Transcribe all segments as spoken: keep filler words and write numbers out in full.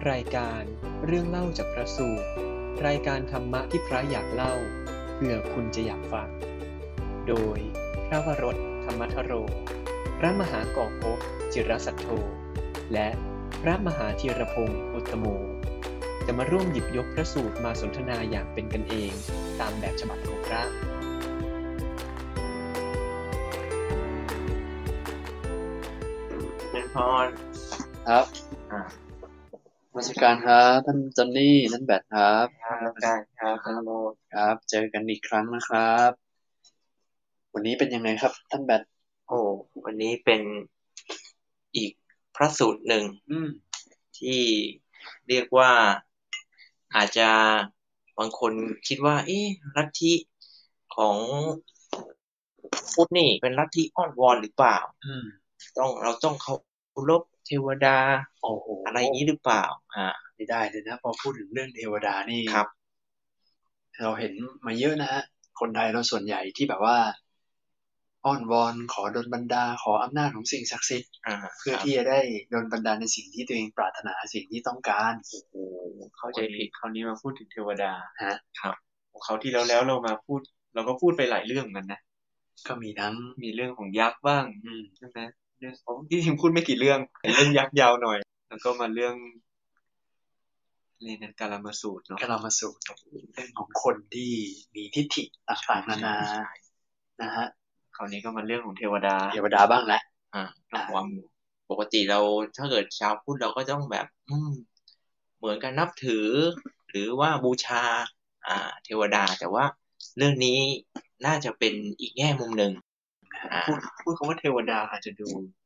รายการเรื่องเล่าจากพระสูตรรายการธรรมะที่พระอยากเล่าเพื่อคุณจะอยากฟังโดยพระวรถธรรมทโรพระมหากอกภพจิรสัทโธและพระมหาธีรพงศ์อุตตโมจะมาร่วมหยิบยกพระสูตรมาสนทนาอย่างเป็นกันเองตามแบบฉบับของพระเป็นพรครับอ่ามาสการครับท่านจอนนี่ท่านแบทครับครับการครับท่านโมครับเจอกันอีกครั้งนะครับวันนี้เป็นยังไงครับท่านแบทโอ้วันนี้เป็นอีกพระสูตรหนึ่งที่เรียกว่าอาจจะบางคนคิดว่าเอ๊ะลัทธิของพุทธนี่เป็นลัทธิอ้อนวอนหรือเปล่าต้องเราต้องเคารพเทวดาโอ้โหอะไรอย่างนี้หรือเปล่าอ่าไม่ได้เลยนะพอพูดถึงเรื่องเทวดานี่ครับเราเห็นมาเยอะนะฮะคนไทยเราส่วนใหญ่ที่แบบว่าอ้อนวอนขอดลบันดาลขออำนาจของสิ่งศักดิ์สิทธิ์เพื่อที่จะได้ดลบันดาลในสิ่งที่ตัวเองปรารถนาสิ่งที่ต้องการโอ้โหเข้าใจผิดคราวนี้มาพูดถึงเทวดาฮะครับเขาที่แล้วแล้วเรามาพูดเราก็พูดไปหลายเรื่องกันนะก็มีทั้งมีเรื่องของยักษ์บ้างใช่ไหมเรื่องของที่จริงพูดไม่กี่เรื่องแต่เรื่องยักษ์ยาวหน่อยแล้วก็มาเรื่องเรื่องนั้นกาลมาสูตรเนาะกาลมาสูตรเรื่องของคนที่มีทิฏฐิต่างๆนานานะฮะคราวนี้ก็มาเรื่องของเทวดาเทวดาบ้างแหละอ่าความปกติเราถ้าเกิดชาวพุทธเราก็ต้องแบบอืมเหมือนกันนับถือหรือว่าบูชาอ่าเทวดาแต่ว่าเรื่องนี้น่าจะเป็นอีกแง่มุมหนึ่งพูดพูดคำว่าเทวดาอาจจะดู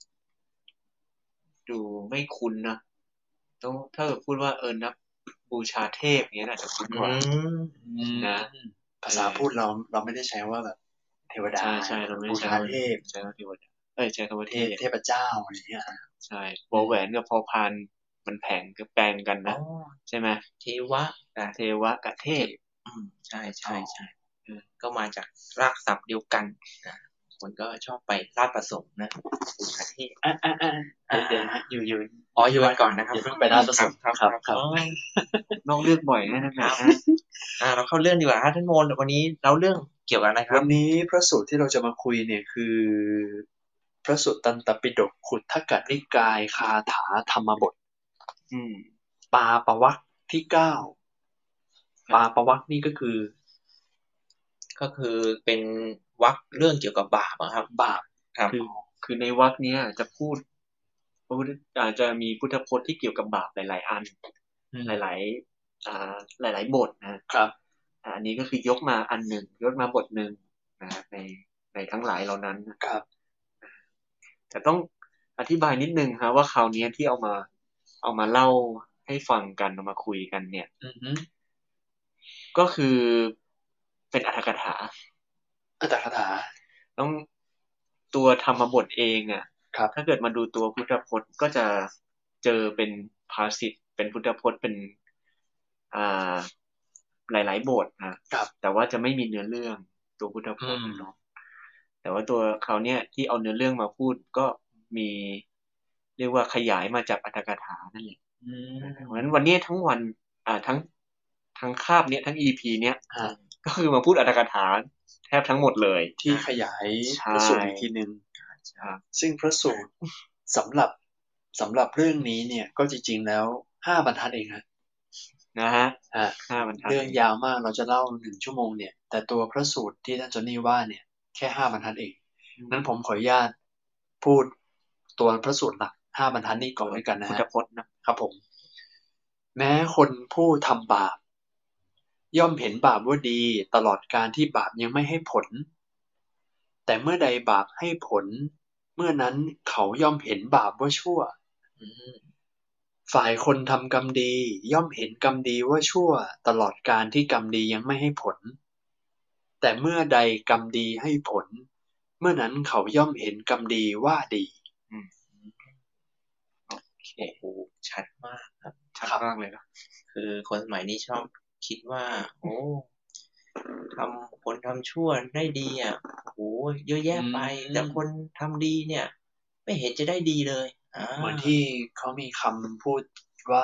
ดูไม่คุ้นนะต้องถ้าเกิดพูดว่าเออนับบูชาเทพเงี้ยอาจจะคุ้นกว่านะภาษาพูดเราเราไม่ได้ใช้ว่าแบบเทวดาใช่ใช่เราไม่บูชาเทพใช้คำว่าเทวดาเอ้ยใช้คำว่าเทพเทพเจ้าอะไรเงี้ยใช่วอแหวนกับพอพานมันแผงกับแปลงกันนะใช่ไหมเทวะกับเทวะกับเทพอืมใช่ใช่ใช่ก็มาจากรากศัพท์เดียวกันนะคนก็ชอบไปลาดประสงค์นะบูชาเทพอ่าอ่าอ่าเดี๋ยวอยู่อยู่อ๋ออยู่กันก่อนนะครับเพิ่งไปลาดประสงค์ครับครับครับน้องเลือกบ่อยนะนะอ่าเราเข้าเรื่องดีกว่าท่านโมนวันนี้เราเรื่องเกี่ยวกับอะไรครับวันนี้พระสูตรที่เราจะมาคุยเนี่ยคือพระสูตรตันตปิฎกขุททกนิกายคาถาธรรมบทอืมปาปวรรคที่เก้าปาปวรรคนี่ก็คือก็คือเป็นวรรคเรื่องเกี่ยวกับบาปครับบาปครับคือคือในวรรคนี้จะพูดพระพุทธอาจจะมีพุทธพจน์ที่เกี่ยวกับบาปหลายๆอันหลายๆอ่าหลายๆบทนะครับอันนี้ก็คือยกมาอันหนึ่งยกมาบทหนึ่งนะในในทั้งหลายเหล่านั้นครับแต่ต้องอธิบายนิดนึงครับว่าคราวนี้ที่เอามาเอามาเล่าให้ฟังกันเอามาคุยกันเนี่ยก็คือเป็นอรรถกถาอรรถกถาต้องตัวธรรมบทเองอ่ะถ้าเกิดมาดูตัวพุทธพจน์ก็จะเจอเป็นภาษิตเป็นพุทธพจน์เป็นอ่าหลายๆบทนะแต่ว่าจะไม่มีเนื้อเรื่องตัวพุทธพจน์เนาะแต่ว่าตัวเขาเนี่ยที่เอาเนื้อเรื่องมาพูดก็มีเรียกว่าขยายมาจากอรรถกถานั่นแหละเพราะฉะนั้นวันนี้ทั้งวันอ่าทั้งทั้งคาบเนี้ยทั้ง อี พี เนี้ยก็คือมาพูดอรรถกถาแทบทั้งหมดเลยที่ขยายพระสูตรอีกทีนึงซึ่งพระสูตรสำหรับสำหรับเรื่องนี้เนี่ยก็จริงๆแล้วห้าบรรทัดเองฮะนะฮะอ่าห้าบรรทัดเรื่องยาวมากเราจะเล่าหนึ่งชั่วโมงเนี่ยแต่ตัวพระสูตรที่ท่านจอนนี่ว่าเนี่ยแค่ห้าบรรทัดเองนั้นผมขออนุญาตพูดตัวพระสูตรหลักห้าบรรทัดนี้ก่อนด้วยกันนะฮะพุทธพจน์นะครับผมแม้คนผู้ทำบาปย่อมเห็นบาปว่าดีตลอดการที่บาปยังไม่ให้ผลแต่เมื่อใดบาปให้ผลเมื่อนั้นเขาย่อมเห็นบาปว่าชั่วฝ่ายคนทำกรรมดีย่อมเห็นกรรมดีว่าชั่วตลอดการที่กรรมดียังไม่ให้ผลแต่เมื่อใดกรรมดีให้ผลเมื่อนั้นเขาย่อมเห็นกรรมดีว่าดีโอ้โหชัดมากครับชัดมากเลยนะคือคนสมัยนี้ชอบคิดว่าโอ้ทำคนทำชั่วได้ดีอ่ะโอ้เยอะแยะไปแต่คนทำดีเนี่ยไม่เห็นจะได้ดีเลยเหมือนที่เขามีคำพูดว่า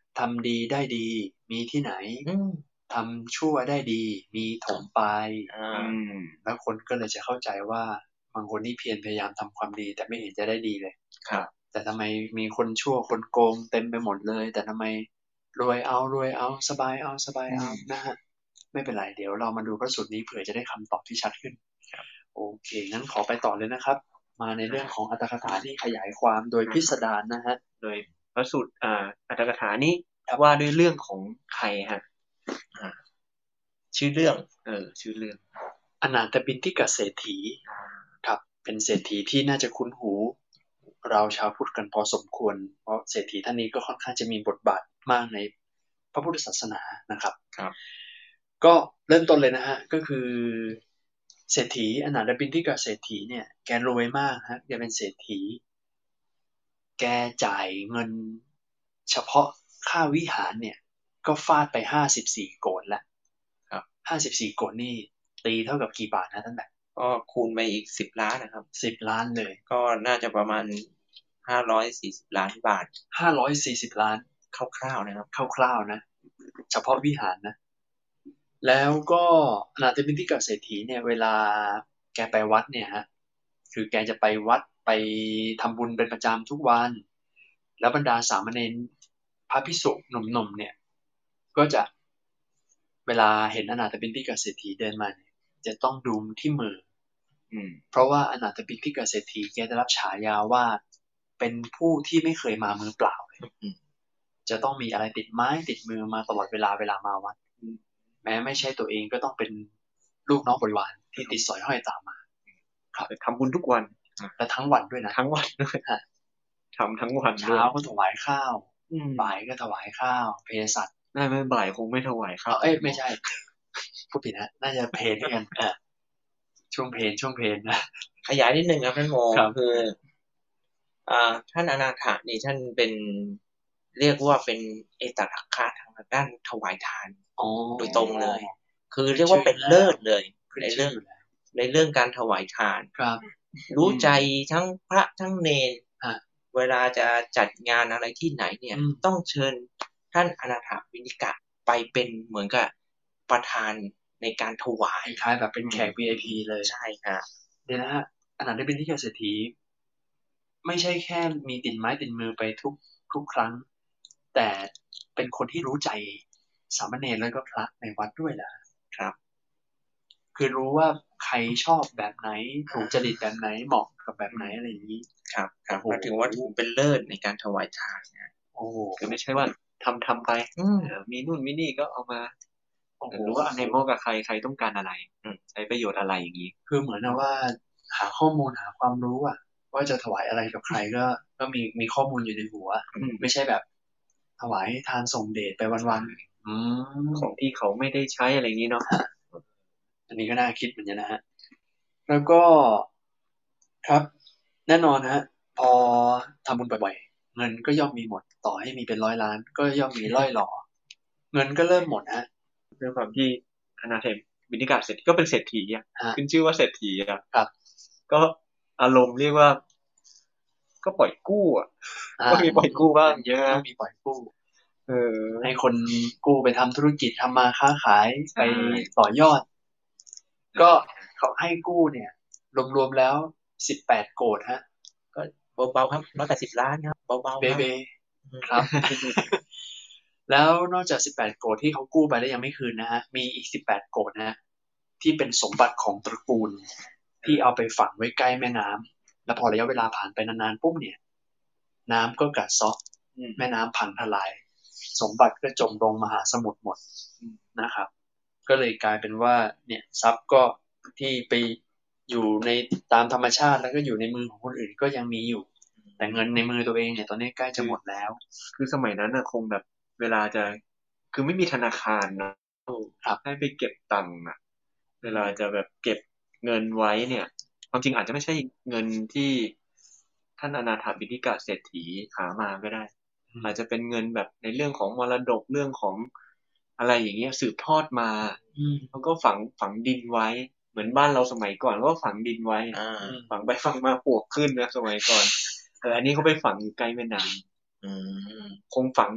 ทำดีได้ดีมีที่ไหนทำชั่วได้ดีมีถมไปแล้วคนก็เลยจะเข้าใจว่าบางคนนี่เพียรพยายามทำความดีแต่ไม่เห็นจะได้ดีเลยครับแต่ทำไมมีคนชั่วคนโกงเต็มไปหมดเลยแต่ทำไมรวยเอารวยเอาสบายเอาสบายเอานะฮะไม่เป็นไรเดี๋ยวเรามาดูพระสูตรนี้เผื่อจะได้คำตอบที่ชัดขึ้นโอเคงั้นขอไปต่อเลยนะครับมาในเรื่องของอรรถกถาที่ขยายความโดยพิสดารนะฮะโดยพระสูตรอ่าอรรถกถานี้ว่าด้วยเรื่องของใครฮะอ่าชื่อเรื่องเออชื่อเรื่องอนาถปิณฑิกเศรษฐีครับเป็นเศรษฐีที่น่าจะคุ้นหูเราชาวพุทธกันพอสมควรเพราะเศรษฐีท่านนี้ก็ค่อนข้างจะมีบทบาทมากในพระพุทธศาสนานะครับครับก็เริ่มต้นเลยนะฮะก็คือเศรษฐีอนาถปิณฑิกเศรษฐีเนี่ยแกรวยมากฮะแกเป็นเศรษฐีแกจ่ายเงินเฉพาะค่าวิหารเนี่ยก็ฟาดไปห้าสิบสี่โกฏแล้วครับห้าสิบสี่โกฏนี่ตีเท่ากับกี่บาทนะท่านแบบก็คูณไปอีกสิบล้านนะครับสิบล้านเลยก็น่าจะประมาณห้าร้อยสี่สิบล้านบาทห้าร้อยสี่สิบล้านคร่าวๆนะครับคร่าวๆนะเฉพาะวิหารนะแล้วก็อนาถปิณฑิกเศรษฐีเนี่ยเวลาแกไปวัดเนี่ยฮะคือแกจะไปวัดไปทำบุญเป็นประจำทุกวันแล้วบรรดาสามเณรพระภิกษุหนุ่มๆเนี่ยก็จะเวลาเห็นอนาถปิณฑิกเศรษฐีเดินมาเนี่ยจะต้องดูที่มือเพราะว่าอนาถปิณฑิกเศรษฐีแกได้รับฉายาว่าเป็นผู้ที่ไม่เคยมามือเปล่าเลยจะต้องมีอะไรติดไม้ติดมือมาตลอดเวลาเวลามาวัดแม้ไม่ใช่ตัวเองก็ต้องเป็นลูกน้องบริวารที่ติดสอยห้อยตามมาครับทำบุญทุกวันและทั้งวันด้วยนะทั้งวันด้วยทำทั้งวันเช้าก็ถวายข้าวบ่ายก็ถวายข้าวเภสัชน่าไม่บ่ายคงไม่ถวายข้าวเอ้ยไม่ใช่พูดผิดนะน่าจะเพลด้วยกันอ่ะช่วงเพลช่วงเพลนะขยายนิดนึงครับท่านโมคืออ่าท่านอนาถานี่ท่านเป็นเรียกว่าเป็นเอตทัคคะทางด้านถวายทานโดยตรงเลยคือเรียกว่าเป็นเลิศเลยในเรื่องในเรื่องการถวายทานครับรู้ใจทั้งพระทั้งเณรเวลาจะจัดงานอะไรที่ไหนเนี่ยต้องเชิญท่านอนาถปิณฑิกะไปเป็นเหมือนกับประธานในการถวายคล้ายแบบเป็นแขก วี ไอ พี เลยใช่ครับเดี๋ยวนะฮะอนาถปิณฑิกเศรษฐีไม่ใช่แค่มีติดไม้ติดมือไปทุกทุกครั้งแต่เป็นคนที่รู้ใจสามเณรแล้วก็พระในวัดด้วยล่ะครับคือรู้ว่าใครชอบแบบไหนถูกจริตแบบไหนเหมาะกับแบบไหนอะไรอย่างนี้ครับครับมาถึงว่าถึงเป็นเลิศในการถวายทานนะโอ้คือไม่ใช่ว่าทำทำไปมีนู่นมีนี่ก็เอามาหรือว่าในมอบกับใครใครต้องการอะไรใช้ประโยชน์อะไรอย่างนี้คือเหมือนนะว่าหาข้อมูลหาความรู้อ่ะว่าจะถวายอะไรกับใครก็ก็มีมีข้อมูลอยู่ในหัวไม่ใช่แบบถวายทานส่งเดชไปวันๆของที่เขาไม่ได้ใช้อะไรอย่างนี้เนาะอันนี้ก็น่าคิดเหมือนกันนะฮะแล้วก็ครับแน่นอนฮะพอทำบุญบ่อยๆเงินก็ย่อมมีหมดต่อให้มีเป็นร้อยล้านก็ย่อมมีล่อยหล่อเงินก็เริ่มหมดฮะด้วยความที่อนาถปิณฑิกะเศรษฐีก็เป็นเศรษฐีอ่ะขึ้นชื่อว่าเศรษฐีอ่ะครับก็อารมณ์เรียกว่าก็ปล่อยกู้อ่ะก็มีปล่อยกู้บ้างเยอะมีปล่อยกู้เออให้คนกู้ไปทำธุรกิจทำมาค้าขายไปต่อยอดก็เขาให้กู้เนี่ยรวมๆแล้วสิบแปดโกฏฮะก็เบาๆครับร้อยแปดสิบล้านครับเบาๆเบๆครับแล้วนอกจากสิบแปดโกฏที่เขากู้ไปแล้วยังไม่คืนนะฮะมีอีกสิบแปดโกฏนะฮะที่เป็นสมบัติของตระกูลที่เอาไปฝังไว้ใกล้แม่น้ำแล้วพอระยะเวลาผ่านไปนานๆปุ๊บเนี่ยน้ำก็กัดเซาะแม่น้ำพังทลายสมบัติก็จมลงมหาสมุทรหมดนะครับก็เลยกลายเป็นว่าเนี่ยทรัพย์ก็ที่ไปอยู่ในตามธรรมชาติแล้วก็อยู่ในมือของคนอื่นก็ยังมีอยู่แต่เงินในมือตัวเองเนี่ยตอนนี้ใกล้จะหมดแล้วคือสมัยนั้นน่ะคงแบบเวลาจะคือไม่มีธนาคารนะให้ไปเก็บตังค์อ่ะเวลาจะแบบเก็บเงินไว้เนี่ยความจริงอาจจะไม่ใช่เงินที่ท่านอนาถปิณฑิกะเศรษฐีหามาก็ได้อาจจะเป็นเงินแบบในเรื่องของมรดกเรื่องของอะไรอย่างเงี้ยสืบทอดมาแล้วก็ฝังฝังดินไว้เหมือนบ้านเราสมัยก่อนก็ฝังดินไว้ฝังไปฝังมาปลวกขึ้นนะสมัยก่อนเอออันนี้เขาไปฝังอยู่ใกล้แม่น้ำคงฝัง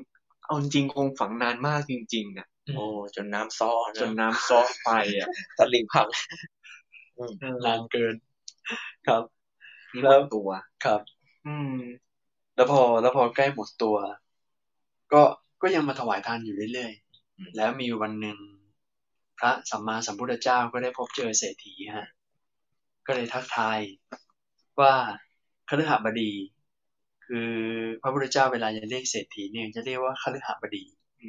เอาจริงคงฝังนานมากจริงๆอ่ะโอ้จนน้ำซ้อนะจนน้ำซ้อไปอ่ะตะลิ่งพังนานเกินครับแล้วตัวครับอืมแล้วพอแล้วพอใกล้หมดตัวก็ก็ยังมาถวายทานอยู่เรื่อยๆแล้วมีวันหนึ่งพระสัมมาสัมพุทธเจ้าก็ได้พบเจอเศรษฐีฮะก็เลยทักทายว่าคฤหบดีคือพระพุทธเจ้าเวลาจะเรียกเศรษฐีเนี่ยจะเรียกว่าคฤหบดี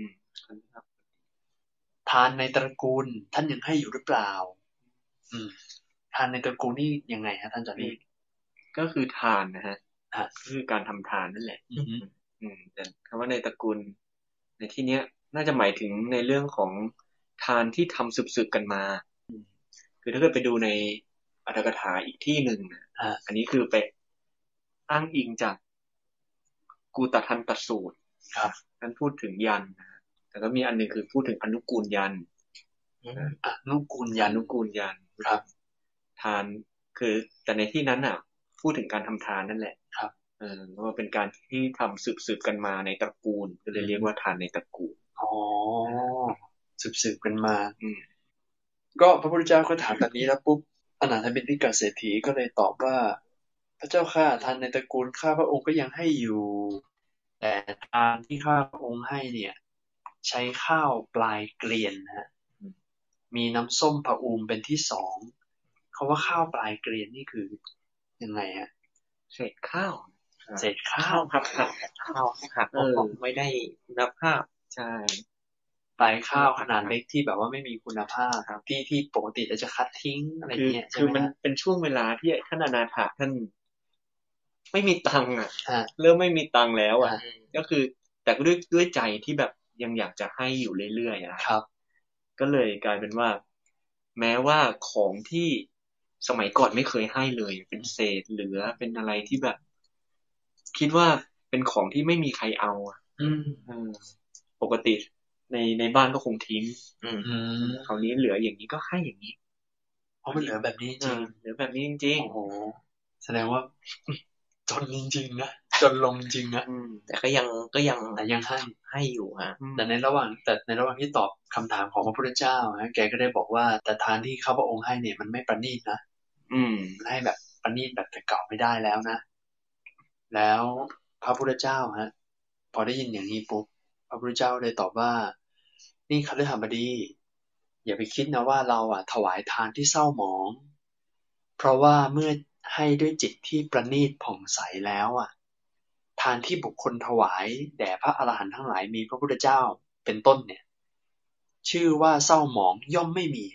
ทานในตระกูลท่านยังให้อยู่หรือเปล่าอืมทานในตระกูลนี่ยังไงฮะท่านจอนี่ก็คือทานนะฮะคือการทำทานนั่นแหละอืมแต่คำว่าในตระกูลในที่เนี้ยน่าจะหมายถึงในเรื่องของทานที่ทำสืบๆกันมาคือถ้าเกิดไปดูในอรรถกถาอีกที่หนึ่งอันนี้คือไปอ้างอิงจากกูตทันตสูตรครับนั้นพูดถึงยันนะแต่ก็มีอันหนึ่งคือพูดถึงอนุกูลยันอนุกูลยันอนุกูลยันครับทานคือแต่ในที่นั้นน่ะพูดถึงการทำทานนั่นแหละครับเออว่าเป็นการที่ทำสืบๆกันมาในตระกูลก็เลยเรียกว่าทานในตระกูลอ๋อสืบๆกันมาอืมก็พระพุทธเจ้าก็ถามแบบนี้แล้วปุ๊บอนาถบิณฑิกเศรษฐีก็เลยตอบว่าพระเจ้าข้าทานในตระกูลข้าพระองค์ก็ยังให้อยู่แต่ทานที่ข้าพระองค์ให้เนี่ยใช้ข้าวปลายเกลียนนะฮะมีน้ำส้มผะอูมเป็นที่สองคำว่าข้าวปลายเกลียนนี่คือยังไงฮะเศษข้าวเศษข้าวหักหักข้าวหักไม่ได้คุณภาพใช่ปลายข้าวขนาดเล็กที่แบบว่าไม่มีคุณภาพที่ที่ปกติจะคัดทิ้งอะไรเงี้ยคือมันเป็นช่วงเวลาที่ท่านอนาถะท่านไม่มีตังค์อ่ะเริ่มไม่มีตังค์แล้วอ่ะก็คือแต่ก็ด้วยด้วยใจที่แบบยังอยากจะให้อยู่เรื่อยๆนะครับก็เลยกลายเป็นว่าแม้ว่าของที่สมัยก่อนไม่เคยให้เลยเป็นเศษเหลือเป็นอะไรที่แบบคิดว่าเป็นของที่ไม่มีใครเอาอ่ะปกติในในบ้านก็คงทิ้งคราวนี้เหลืออย่างนี้ก็ให้อย่างนี้เพราะมันเหลือแบบนี้จริงเหลือแบบนี้จริงๆโอ้โหแสดงว่าจนจริงๆนะจนลงจริงนะแต่ก็ยังก็ยังแต่ยังให้ให้อยู่ฮะแต่ในระหว่างแต่ในระหว่างที่ตอบคำถามของพระพุทธเจ้าฮะแกก็ได้บอกว่าแต่ทานที่ข้าพระองค์ให้เนี่ยมันไม่ประณีตนะอืมให้แบบประณีตแบบแต่เก่าไม่ได้แล้วนะแล้วพระพุทธเจ้าฮะพอได้ยินอย่างนี้ปุ๊บพระพุทธเจ้าเลยตอบว่านี่คฤหบดีอย่าไปคิดนะว่าเราอ่ะถวายทานที่เศร้าหมองเพราะว่าเมื่อให้ด้วยจิตที่ประณีตผ่องใสแล้วอ่ะทานที่บุคคลถวายแด่พระอรหันต์ทั้งหลายมีพระพุทธเจ้าเป็นต้นเนี่ยชื่อว่าเศร้าหมองย่อมไม่มี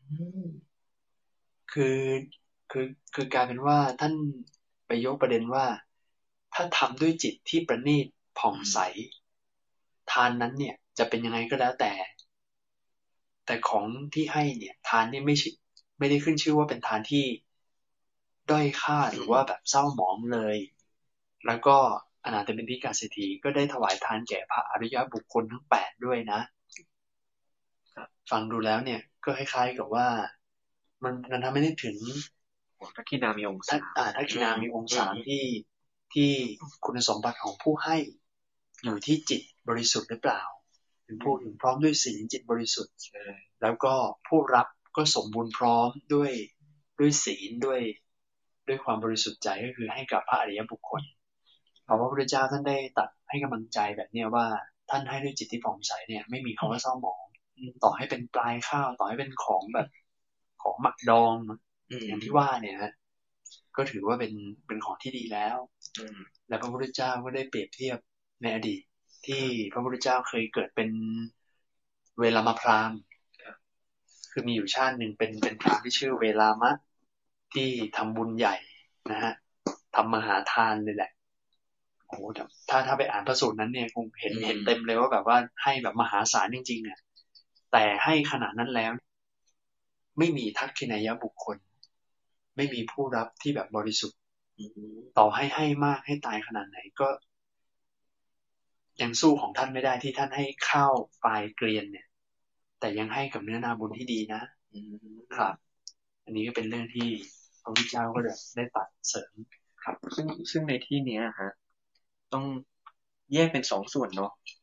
คือคือคือกลายเป็นว่าท่านไปยกประเด็นว่าถ้าทำด้วยจิตที่ประณีตผ่องใสทานนั้นเนี่ยจะเป็นยังไงก็แล้วแต่แต่ของที่ให้เนี่ยทานนี่ไม่ใช่ไม่ได้ขึ้นชื่อว่าเป็นทานที่ด้อยค่าหรือว่าแบบเศร้าหมองเลยแล้วก็อนาถบิณฑิกเศรษฐีก็ได้ถวายทานแก่พระอริยบุคคลทั้งแปดด้วยนะฟังดูแล้วเนี่ยก็คล้ายๆกับว่ามันมันทำให้นึกถึงทักขินามีองค์สามอ่าทักขินามีองค์สามที่ที่คุณสมบัติของผู้ให้อยู่ที่จิตบริสุทธิ์หรือเปล่าเป็นผู้ถึงพร้อมด้วยศีลจิตบริสุทธิ์แล้วก็ผู้รับก็สมบูรณ์พร้อมด้วยด้วยศีลด้วยด้วยความบริสุทธิ์ใจก็คือให้กับพระอริยบุคคลพระพุทธเจ้าท่านได้ตรัสให้กำลังใจแบบนี้ว่าท่านให้ด้วยจิตที่ผ่องใสเนี่ยไม่มีคำว่าเศร้าหมองต่อให้เป็นปลายข้าวต่อให้เป็นของแบบของหมักดองอย่างที่ว่าเนี่ยฮะก็ถือว่าเป็นเป็นของที่ดีแล้วและพระพุทธเจ้าก็ได้เปรียบเทียบในอดีตที่พระพุทธเจ้าเคยเกิดเป็นเวลามพราหมณ์คือมีอยู่ชาติหนึ่งเป็นเป็นพราหมณ์ที่ชื่อเวลามะที่ทำบุญใหญ่นะฮะทำมหาทานเลยแหละโอ้โหถ้าถ้าไปอ่านพระสูตรนั้นเนี่ยคงเห็นเห็นเต็มเลยว่าแบบว่าให้แบบมหาศาลจริงๆเนี่ยแต่ให้ขนาดนั้นแล้วไม่มีทักขินายบุคคลไม่มีผู้รับที่แบบบริสุทธิ์ต่อให้ให้มากให้ตายขนาดไหนก็ยังสู้ของท่านไม่ได้ที่ท่านให้ข้าวปลายเกลียนเนี่ยแต่ยังให้กับเนื้อนาบุญที่ดีนะครับอันนี้ก็เป็นเรื่องที่พระพุทธเจ้าก็ได้ตัดเสริมครับซึ่งซึ่งในที่นี้ฮะต้องแยกเป็นสองส่วนเนาะ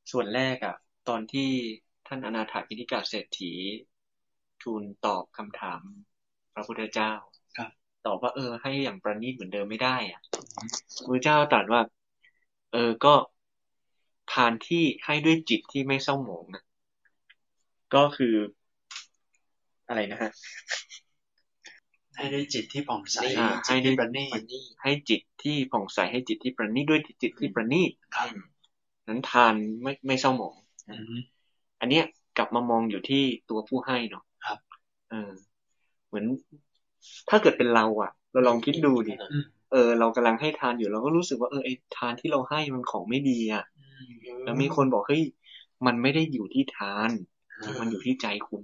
ส่วนแรกอ่ะตอนที่ท่านอนาถปิณกเศรษฐีทูลตอบคำถามพระพุทธเจ้าตอบว่าเออให้อย่างประณีตเหมือนเดิมไม่ได้อ่ะพระพุทธเจ้าตรัสว่าเออก็ทานที่ให้ด้วยจิตที่ไม่เศร้าหมองนะก็คืออะไรนะฮะให้ด้วยจิตที่ผ่องใสให้ด้วยประณีตให้จิตที่ผ่องใสให้จิตที่ประณีตด้วยจิตที่ประณีตนั้นทานไม่ไม่เศร้าหมองอันเนี้ยกลับมามองอยู่ที่ตัวผู้ให้เนาะครับเออเหมือนถ้าเกิดเป็นเราอ่ะเราลองคิดดูดิเออเรากำลังให้ทานอยู่เราก็รู้สึกว่าเออไอ้ทานที่เราให้มันของไม่ดีอ่ะแล้วมีคนบอกเฮ้ยมันไม่ได้อยู่ที่ทานมันอยู่ที่ใจคุณ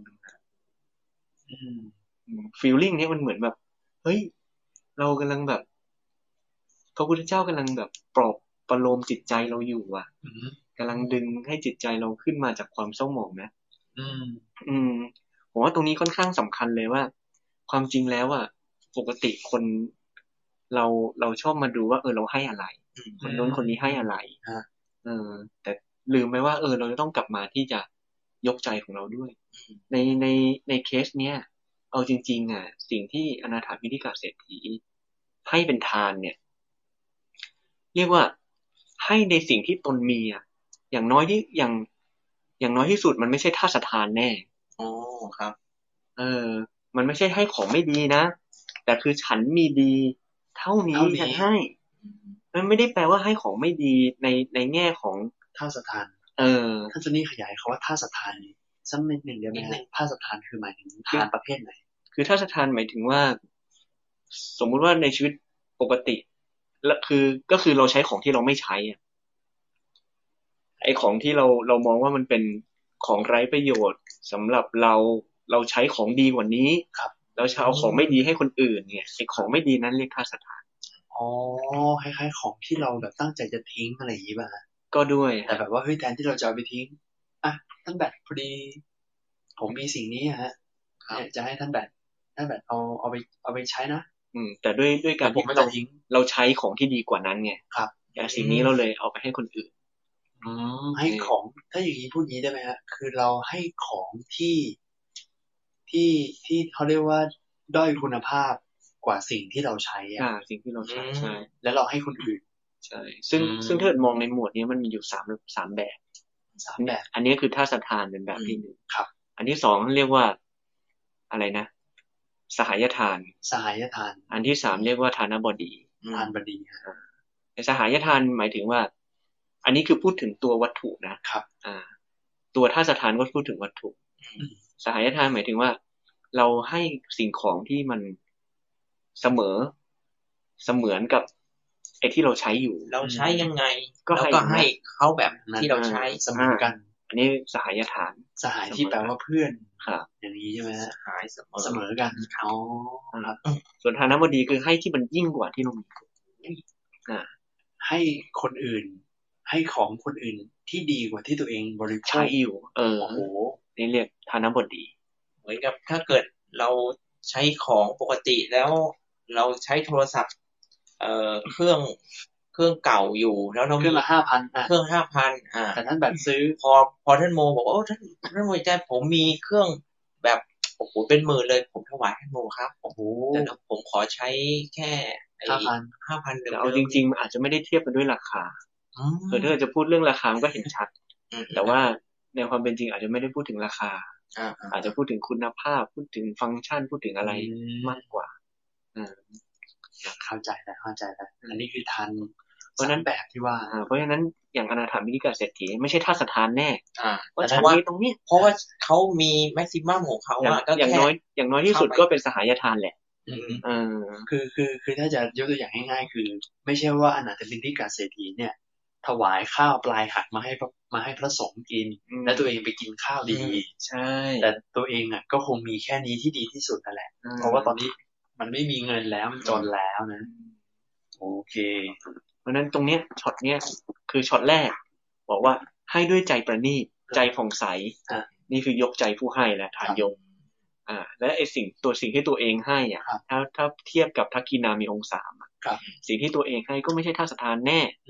ฟีลลิ่งนี้มันเหมือนแบบเฮ้ยเรากำลังแบบพระพุทธเจ้ากำลังแบบปลอบประโลมจิตใจเราอยู่อ่ะกำลังดึงให้จิตใจเราขึ้นมาจากความเศร้าหมองนะอืมอืมผมว่าตรงนี้ค่อนข้างสำคัญเลยว่าความจริงแล้วอ่ะปกติคนเราเราชอบมาดูว่าเออเราให้อะไรคนโน้นคนนี้ให้อะไรเออแต่ลืมไปว่าเออเราจะต้องกลับมาที่จะยกใจของเราด้วยในในในเคสเนี้ยเอาจริงๆอ่ะสิ่งที่อนาถปิณกเศรษฐีให้เป็นทานเนี่ยเรียกว่าให้ในสิ่งที่ตนมีอ่ะอย่างน้อยที่อย่างอย่างน้อยที่สุดมันไม่ใช่ท่าสถานแน่อ๋อครับเออมันไม่ใช่ให้ของไม่ดีนะแต่คือฉันมีดีเท่านี้ฉันให้มันไม่ได้แปลว่าให้ของไม่ดีในในแง่ของท่าสถานเออท่านจะนี่ขยายคำว่าท่าสถานสักนิดหนึ่งเดียวนะท่าสถานคือหมายถึงทานประเภทไหนคือท่าสถานหมายถึงว่าสมมุติว่าในชีวิตปกติและคือก็คือเราใช้ของที่เราไม่ใช้อ่ะไอ้ของที่เราเรามองว่ามันเป็นของไร้ประโยชน์สำหรับเราเราใช้ของดีกว่านี้ครับเราจะเอาของไม่ดีให้คนอื่นเนี่ยไอ้ของไม่ดีนั้นเรียกท่าสถานอ๋อคล้ายๆของที่เราแบบตั้งใจจะทิ้งอะไรอย่างนี้ป่ะก็ด้วยแต่แบบว่าเฮ้ยแทนที่เราจะเอาไปทิ้งอ่ะท่านแบตพอดีผมมีสิ่งนี้ฮะเนี่ยจะให้ท่านแบตท่านแบตเอาเอาไปเอาไปใช้นะอืมแต่ด้วยด้วยการที่เราเราใช้ของที่ดีกว่านั้นไงครับแต่สิ่งนี้เราเลยเอาไปให้คนอื่นอืมให้ของถ้าอย่างนี้พูดงี้ได้ไหมฮะคือเราให้ของที่ที่ที่เขาเรียกว่าด้อยคุณภาพกว่าสิ่งที่เราใช้อ่าสิ่งที่เราใช้ใช่แล้วเราให้คนอื่นใช่ซึ่งซึ่งถ้ามองในหมวดนี้มันมีอยู่สามสามแบบสามแบบอันนี้คือท่าสถานเป็นแบบที่หนึ่งครับอันที่สองเรียกว่าอะไรนะสหายทานสหายทานอันที่สามเรียกว่าทานบดีทานบดีแต่สหายทานหมายถึงว่าอันนี้คือพูดถึงตัววัตถุนะครับอ่าตัวท่าสถานก็พูดถึงวัตถุสหายทานหมายถึงว่าเราให้สิ่งของที่มันเสมอเสมือนกับไอ้ที่เราใช้อยู่เราใช้ยังไงก็ให้เขาแบบที่เราใช้เสมอกันอันนี้สหายทานสหายที่แปลว่าเพื่อนครับอย่างนี้ใช่ไหมสหายเสมอเสมอกันอ๋อครับส่วนทานบดีคือให้ที่มันยิ่งกว่าที่เรามีอ่าให้คนอื่นให้ของคนอื่นที่ดีกว่าที่ตัวเองบริโภคใช้อยู่เออโอ้โหนี่เรียกทานบดีเหมือนกับถ้าเกิดเราใช้ของปกติแล้วเราใช้โทรศัพท์เอ่อเครื่องเครื่องเก่าอยู่แล้วเราเครื่องละห้าพันเครื่องห้าพันอ่าแต่ท่านแบบซื้อพอพอท่านโมบอกว่าโอ้ท่านท่านโมใจผมมีเครื่องแบบโอ้โหเป็นหมื่นเลยผมถวายท่านโมครับโอ้โหแต่ผมขอใช้แค่ห้าพันห้าพันเดิมเอาจริงๆอาจจะไม่ได้เทียบกันด้วยราคาเออถ้าจะพูดเรื่องราคามันก็เห็นชัดแต่ว่าในความเป็นจริงอาจจะไม่ได้พูดถึงราคาอาจจะพูดถึงคุณภาพพูดถึงฟังก์ชันพูดถึงอะไรมากกว่าเข้าใจแล้วเข้าใจแล้วอันนี้คือทันเพราะนั้นแบบที่ว่าเพราะฉะนั้นอย่างอนาถปิณกเศรษฐีไม่ใช่ท่าสถานแน่เพราะว่าตรงนี้เพราะว่าเขามีแม็กซิมัมของเขาก็อย่างน้อยอย่างน้อยที่สุดก็เป็นสหายทานแหละเออคือคือคือถ้าจะยกตัวอย่างง่ายๆคือไม่ใช่ว่าอนาถปิณกเศรษฐีเนี่ยถวายข้าวปลายหักมาให้มาให้พระสงฆ์กินแล้วตัวเองไปกินข้าวดีใช่แต่ตัวเองอ่ะก็คงมีแค่นี้ที่ดีที่สุดนั่นแหละเพราะว่าตอนนี้มันไม่มีเงินแล้วมันจนแล้วนะโอเคเพราะนั้นตรงเนี้ยช็อตเนี้ยคือช็อตแรกบอกว่าให้ด้วยใจประณีตใจผ่องใสนี่คือยกใจผู้ให้และฐานยกอ่าและไอสิ่งตัวสิ่งที่ตัวเองให้อ่ะถ้าถ้าเทียบกับทักกีนามีองค์สามสิ่งที่ตัวเองให้ก็ไม่ใช่ท่าสถานแน่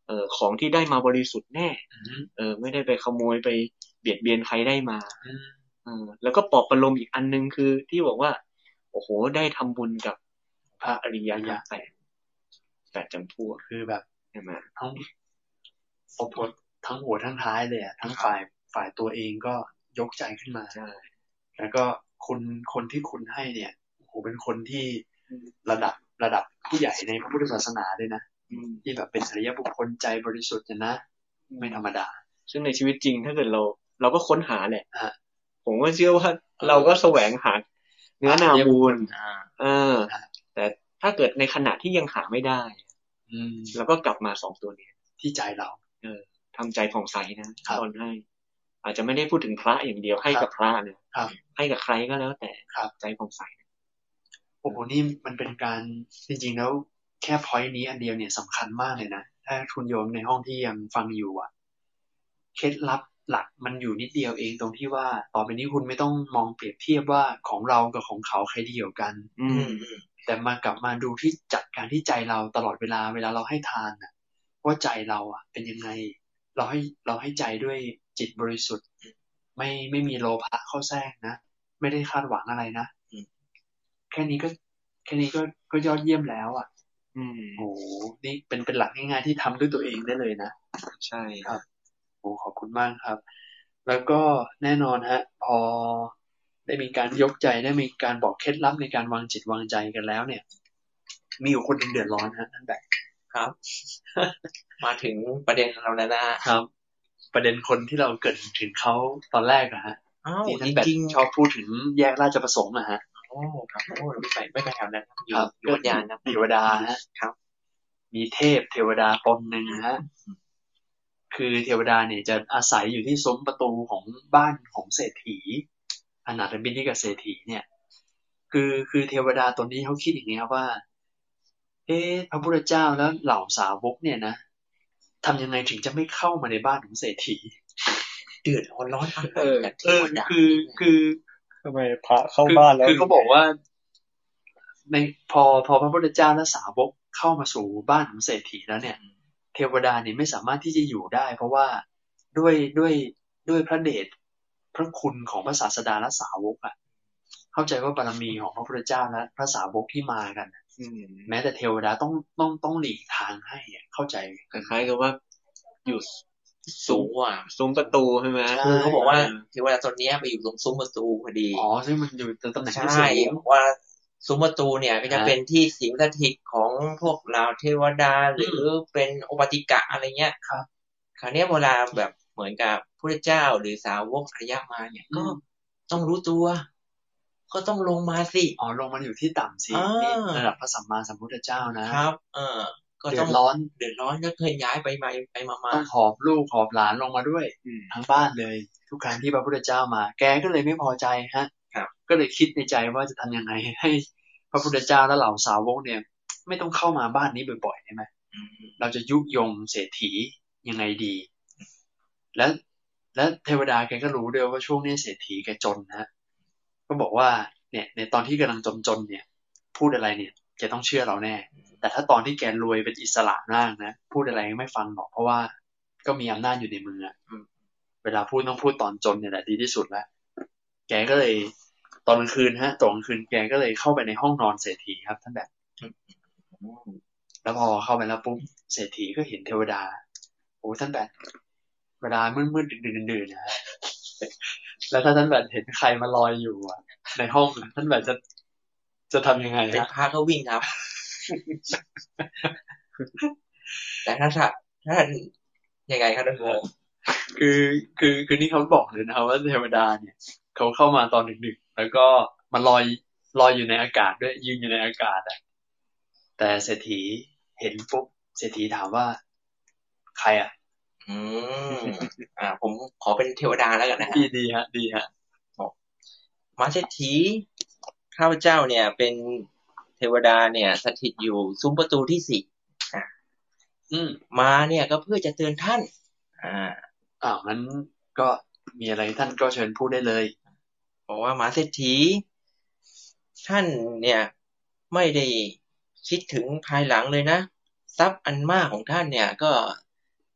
เอ่อของที่ได้มาบริสุทธิ์แน่อืมเออไม่ได้ไปขโมยไปเบียดเบียนใครได้มาอืมเออแล้วก็ปลอบประโลมอีกอันนึงคือที่บอกว่าโอ้โหได้ทำบุญกับพระอริยะทั้งแปดแปดจำพวกคือแบบใช่ไหมทั้งโอ้โหทั้งหัวทั้งท้ายเลยอ่ะทั้งฝ่ายฝ่ายตัวเองก็ยกใจขึ้นมาใช่แล้วก็คนคนที่คุณให้เนี่ยโอ้โหเป็นคนที่ระดับระดับผู้ใหญ่ในพระพุทธศาสนาเลยนะอืมที่แบบเป็นอริยบุคคลใจบริสุทธิ์นะไม่ธรรมดาซึ่งในชีวิตจริงถ้าเกิดเราเราก็ค้นหาแหละฮะผมก็เชื่อว่าเราก็แสวงหาเนื้อนามูลอ่าเออ แต่ถ้าเกิดในขณะที่ยังหาไม่ได้อืมเราก็กลับมาสองตัวนี้ที่ใจเราเออทำใจผ่องใสนะตอนให้ อาจจะไม่ได้พูดถึงพระอย่างเดียวให้กับพระเนี่ยครับให้กับใครก็แล้วแต่ครับใจผ่องใสโอ้โหนี่มันเป็นการจริงๆแล้วแค่พอยต์นี้อันเดียวเนี่ยสำคัญมากเลยนะถ้าคุณโยมในห้องที่ยังฟังอยู่อ่ะเคล็ดลับหลักมันอยู่นิดเดียวเองตรงที่ว่าต่อไปนี้คุณไม่ต้องมองเปรียบเทียบว่าของเรากับของเขาใครดีกว่ากันอืมแต่มากลับมาดูที่จัดการที่ใจเราตลอดเวลาเวลาเราให้ทานน่ะว่าใจเราอ่ะเป็นยังไงเราให้เราให้ใจด้วยจิตบริสุทธิ์ไม่ไม่มีโลภะเข้าแทรกนะไม่ได้คาดหวังอะไรนะแค่นี้ก็แค่นี้ก็ก็ยอดเยี่ยมแล้วอ่ะอืมโอ้โหนี่เป็นเป็นหลักง่ายๆที่ทำด้วยตัวเองได้เลยนะใช่ครับโอ้ขอบคุณมากครับ แล้วก็แน่นอนฮะพอได้มีการยกใจได้มีการบอกเคล็ดลับในการวางจิตวางใจกันแล้วเนี่ย มีอยู่คนหนึ่งเดือดร้อนฮะท่านแบกครับ มาถึงประเด็นเราแล้วนะครับประเด็นคนที่เราเกิดถึงเขาตอนแรกอะฮะอ้าวที่จท่านแบกริงชอบพูดถึงแยกราชประสงค์อะฮะๆโอ้ครับโอ้ไม่ไปไม่ไปแถวนั้นครับอยู่ครับอยู่วัดยานครับเทวดาฮะครับมีเทพเทวดาตนหนึ่งนะฮะ คือเทวดาเนี่ยจะอาศัยอยู่ที่ซุ้มประตูของบ้านของเศรษฐีอนาถบิณฑิกเศรษฐีเนี่ย คือคือเทวดาตนนี้เขาคิดอย่างนี้ครับว่า เอ๊ะพระพุทธเจ้าแล้วเหล่าสาวกเนี่ยนะทำยังไงถึงจะไม่เข้ามาในบ้านของเศรษฐีเดือดร้อนร้อนอะไรเออกับเทเออวดาคือคือทำไมพระเข้าบ้านแล้วคือเขาบอกว่า ในพอพอพระพุทธเจ้าและสาวกเข้ามาสู่บ้านของเศรษฐีแล้วเนี่ย เทวดาเนี่ยไม่สามารถที่จะอยู่ได้ เพราะว่าด้วยด้วยด้วยพระเดชพระคุณของพระศาสดาและสาวกอ่ะเข้าใจว่าบารมีของพระพุทธเจ้าและพระสาวกที่มากันอืมแม้แต่เทวดาต้องต้องต้องหลีกทางให้อ่ะเข้าใจคล้ายๆกับว่าอยู่สูงกว่าซุ้มประตูใช่ไหมใช่คือเขาบอกว่าเทวดาตนเนี้ยไปอยู่ตรงซุ้มประตูพอดีอ๋อซึ่งมันอยู่ตำแหน่งที่ใช่สูงว่าซุ้มประตูเนี่ยก็จะฮะเป็นที่สิงสถิตของพวกเหล่าเทวดาหรือเป็นโอปติกะอะไรเงี้ยครับคราวเนี้ยเวลาแบบเหมือนกับพระเจ้าหรือสาวกอริยะมาเนี่ยก็ต้องรู้ตัว ก็ต้องลงมาสิอ๋อลงมาอยู่ที่ต่ำสิอ่านี่นี่ระดับพระสัมมาสัมพุทธเจ้านะครับเออ ก็เดืต้อองดร้อนเดือดร้อนก็เคลื่อนย้ายไปไปไปมามาต้องหอบลูกหอบหลานลงมาด้วยอืมทั้งบ้านเลย ทุกครั้งที่พระพุทธเจ้ามา แกก็เลยไม่พอใจฮะครับก็เลยคิดในใจว่าจะทำยังไงให้พระพุทธเจ้าและเหล่าสาวกเนี่ย ไม่ต้องเข้ามาบ้านนี้บ่อยๆได้ไหมอืมเราจะยุยงเศรษฐียังไงดี และและเทวดาแกก็รู้ด้วยว่าช่วงนี้เศรษฐีแกจนนะก็บอกว่าเนี่ยในตอนที่กำลังจนๆเนี่ย พูดอะไรเนี่ยแกต้องเชื่อเราแน่ แต่ถ้าตอนที่แกรวยเป็นอิสระมากนะพูดอะไรไม่ฟังหรอกเพราะว่าก็มีอำนาจอยู่ในมืออะเวลาพูดต้องพูดตอนจนเนี่ยแหละดีที่สุดแล้วแกก็เลยตอนกลางคืนฮะตอนกลางคืนแกก็เลยเข้าไปในห้องนอนเศรษฐีครับท่านแบบแล้วพอเข้าไปแล้วปุ๊บเศรษฐีก็เห็นเทวดาโอ้ท่านแบบเวลามืดๆดึกๆดื่นๆนะฮะแล้วถ้าท่านแบบเห็นใครมาลอยอยู่อะในห้องท่านแบบจะจะทำยังไงเป็นฮะพระก็วิ่งครับ แต่ถ้าถ้าถ้ายังไงครับท่านโมคือคือคือนี่เขาบอกเลยนะครับว่าเทวดาเนี่ยเขาเข้ามาตอนดึกๆแล้วก็มาลอยลอยอยู่ในอากาศด้วยยืนอยู่ในอากาศอ่ะแต่เศรษฐีเห็นปุ๊บเศรษฐีถามว่าใครอ่ะอืมอ่า ผมขอเป็นเทวดาแล้วกันนะฮะดีดีฮะดีฮะมาเศรษฐีข้าพเจ้าเนี่ย เป็นเทวดาเนี่ยสถิตอยู่ซุ้มประตูที่สี่อ่าอืมมาเนี่ยก็เพื่อจะเตือนท่าน อ่าอ้าวงั้นก็มีอะไรท่านก็เชิญพูดได้เลยบอกว่ามาเศรษฐีท่านเนี่ยไม่ได้คิดถึงภายหลังเลยนะทรัพย์อันมากของท่านเนี่ยก็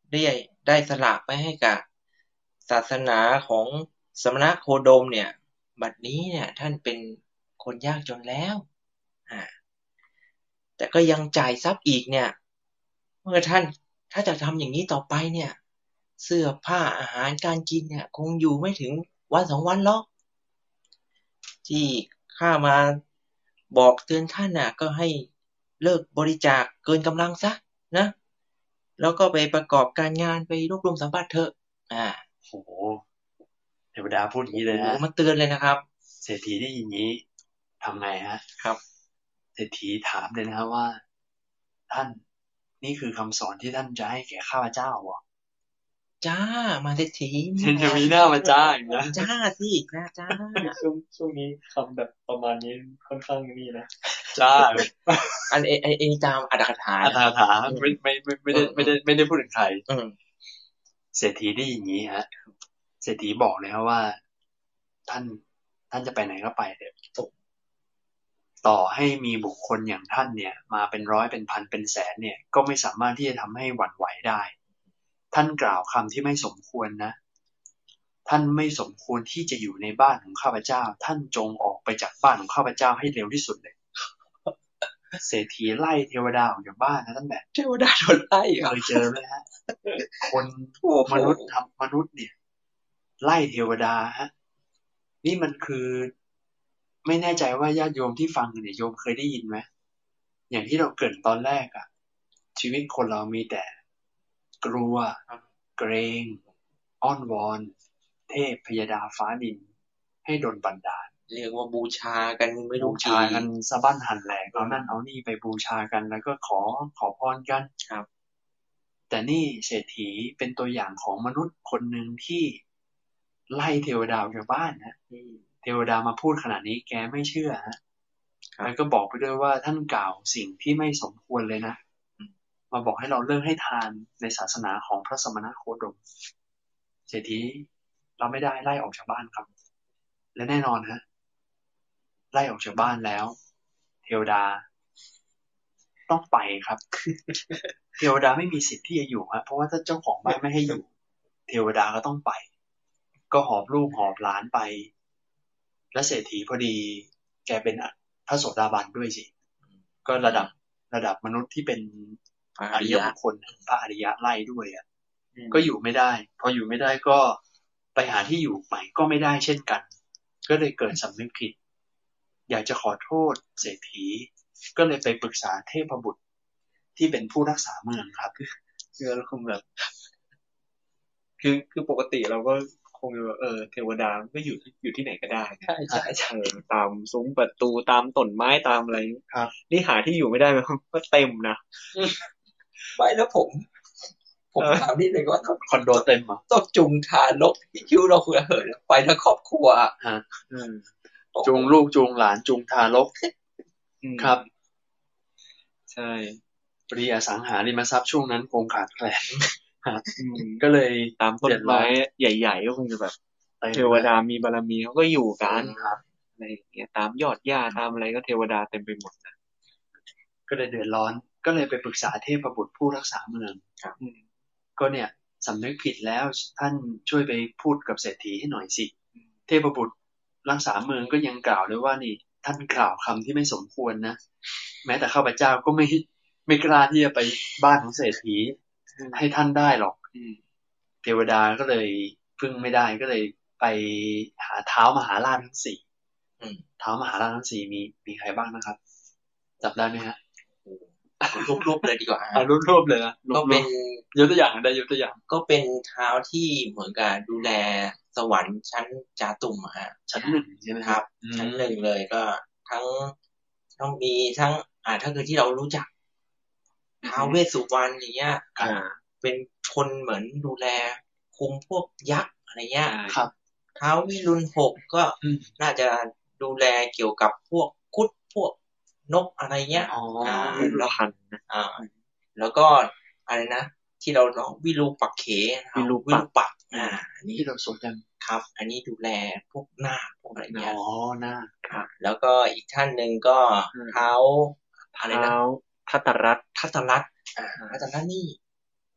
ได้ได้สละไปให้กับศาสนาของสมณโคดมเนี่ยบัดนี้เนี่ยท่านเป็นคนยากจนแล้วอ่าแต่ก็ยังจ่ายทรัพย์อีกเนี่ยเมื่อท่านถ้าจะทำอย่างนี้ต่อไปเนี่ยเสื้อผ้าอาหารการกินเนี่ยคงอยู่ไม่ถึงวันสองวันหรอกที่ข้ามาบอกเตือนท่านน่ะก็ให้เลิกบริจาคเกินกำลังซะนะแล้วก็ไปประกอบการงานไปรวบรวมสมบัติเถอะอ่าโอ้โหเทวดาพูดอย่างนี้เลยฮะมาเตือนเลยนะครับเศรษฐีได้ยินอย่างนี้ทำไงฮะครับเศรษฐีถามเลยนะครับว่าท่านนี่คือคำสอนที่ท่านจะให้แก่ข้าพเจ้าเหรอจ้ามาเศรษฐีจะมีหน้ามาจ้าอีกนะจ้าสินะจ้าช่วงช่วงนี้คำแบบประมาณนี้ค่อนข้างนี่นะจ้าอันเอไอเอตามอัตถกถาอัตถกถาไม่ไม่ไม่ไม่ได้ไม่ได้ไม่ได้พูดถึงใครเศรษฐีได้ยินอย่างนี้ฮะเศรษฐีบอกเลยครับว่าท่านท่านจะไปไหนก็ไปเถอะต่อให้มีบุคคลอย่างท่านเนี่ยมาเป็นร้อยเป็นพันเป็นแสนเนี่ยก็ไม่สามารถที่จะทำให้หวั่นไหวได้ท่านกล่าวคำที่ไม่สมควรนะท่านไม่สมควรที่จะอยู่ในบ้านของข้าพเจ้าท่านจงออกไปจากบ้านของข้าพเจ้าให้เร็วที่สุดเลยเศรษฐีไล่เทวดาออกจากบ้านนะท่านแบบเทวดาโดนไล่เคยเจอไหมฮะคนมนุษย์ทำมนุษย์เนี่ยไล่เทวดาฮะนี่มันคือไม่แน่ใจว่าญาติโยมที่ฟังเนี่ยโยมเคยได้ยินไหมอย่างที่เราเกริ่นตอนแรกอะชีวิตคนเรามีแต่กลัวเกรงอ้อนวอนเทพพยดาฟ้าดินให้ดลบันดาลเรียกว่าบูชากันไม่รู้บูชากันสะบั้นหันแหลกเอานั่นเอานี่ไปบูชากันแล้วก็ขอขอพรกันครับแต่นี่เศรษฐีเป็นตัวอย่างของมนุษย์คนหนึ่งที่ไล่เทวดาออกจากบ้านนะเทวดามาพูดขนาดนี้แกไม่เชื่อฮะแล้วก็บอกไปด้วยว่าท่านกล่าวสิ่งที่ไม่สมควรเลยนะมาบอกให้เราเลิกให้ทานในศาสนาของพระสมณโคดมเศรษฐีเราไม่ได้ไล่ออกจากบ้านครับและแน่นอนฮะไล่ออกจากบ้านแล้วเทวดาต้องไปครับเทวดาไม่มีสิทธิ์ที่จะอยู่ฮะเพราะว่าถ้าเจ้าของบ้านไม่ให้อยู่เทวดาก็ต้องไปก็หอบลูกหอบหลานไปและเศรษฐีพอดีแกเป็นพระโสดาบันด้วยสิก็ระดับระดับมนุษย์ที่เป็นอริยบุคคลพระอริยะไล่ด้วยอ่ะก็อยู่ไม่ได้พออยู่ไม่ได้ก็ไปหาที่อยู่ใหม่ก็ไม่ได้เช่นกันก็เลยเกิดสำนึกผิดอยากจะขอโทษเศรษฐีก็เลยไปปรึกษาเทพบุตรที่เป็นผู้รักษาเมืองครับคือเราคงแบบคือคือปกติเราก็คงแบบเออเทวดาก็อยู่อยู่ที่ไหนก็ได้ใช่ใช่ใช่ตามซุ้มประตูตามต้นไม้ตามอะไรครับนี่หาที่อยู่ไม่ได้ไหมก็เต็มนะไปแล้วผมผมถามนิดนึงว่าคอนโดเต็มอ่ะต้องจุงทารกที่คิ้วเราคือเออไปทั้งครอบครัวฮะจูงลูกจูงหลานจูงทารกครับใช่ปรีอสังหาริมทรัพย์ช่วงนั้นคงขาดแคลนก็เลยตามต้นไม้ใหญ่ๆก็คงจะแบบเทวดามีบารมีเขาก็อยู่กันอะไรอย่างเงี้ยตามยอดหญ้าตามอะไรก็เทวดาเต็มไปหมดนะก็เลยเดือดร้อนก็เลยไปปรึกษาเทพบุตรผู้รักษาเมืองก็เนี่ยสำนึกผิดแล้วท่านช่วยไปพูดกับเศรษฐีให้หน่อยสิเทพบุตรรักษาเมืองก็ยังกล่าวเลยว่านี่ท่านกล่าวคำที่ไม่สมควรนะแม้แต่ข้าพเจ้าก็ไม่ไม่กล้าที่จะไปบ้านของเศรษฐีให้ท่านได้หรอกเทวดาก็เลยพึ่งไม่ได้ก็เลยไปหาเท้ามหาราชทั้งสี่เท้ามหาราชทั้งสี่มีมีใครบ้างนะครับจับได้ไหมฮะรวบๆเลยดีกว่าอ่ารวบๆเลยนะก็เป็นยกตัวอย่างได้ยกตัวอย่างก็เป็นเท้าที่เหมือนกับดูแลสวรรค์ชั้นจาตุ่มฮะชั้นหนึ่งใช่ไหมครับชั้นหนึ่งเลยก็ทั้งต้องมีทั้งอ่าถ้าคือที่เรารู้จักท้าวเวสสุวรรณอย่างเงี้ยอ่าเป็นคนเหมือนดูแลคุมพวกยักษ์อะไรเงี้ยครับท้าววิรุฬหกก็น่าจะดูแลเกี่ยวกับพวกคุดพวกนกอะไรเงี้ยอ๋อแล้วหันอ่าแล้วก็อะไรนะที่เราลองวิรูปักเขวิรูปักอ่าอันนี้ที่เราสวดกันครับอันนี้ดูแลพวกนาคพวกอะไรเงี้ยอ๋อนาคครับแล้วก็อีกท่านนึงก็เท้าอะไรนะทัตตรัตน์ทัตตรัตน์อ่าทัตตรัตน์นี่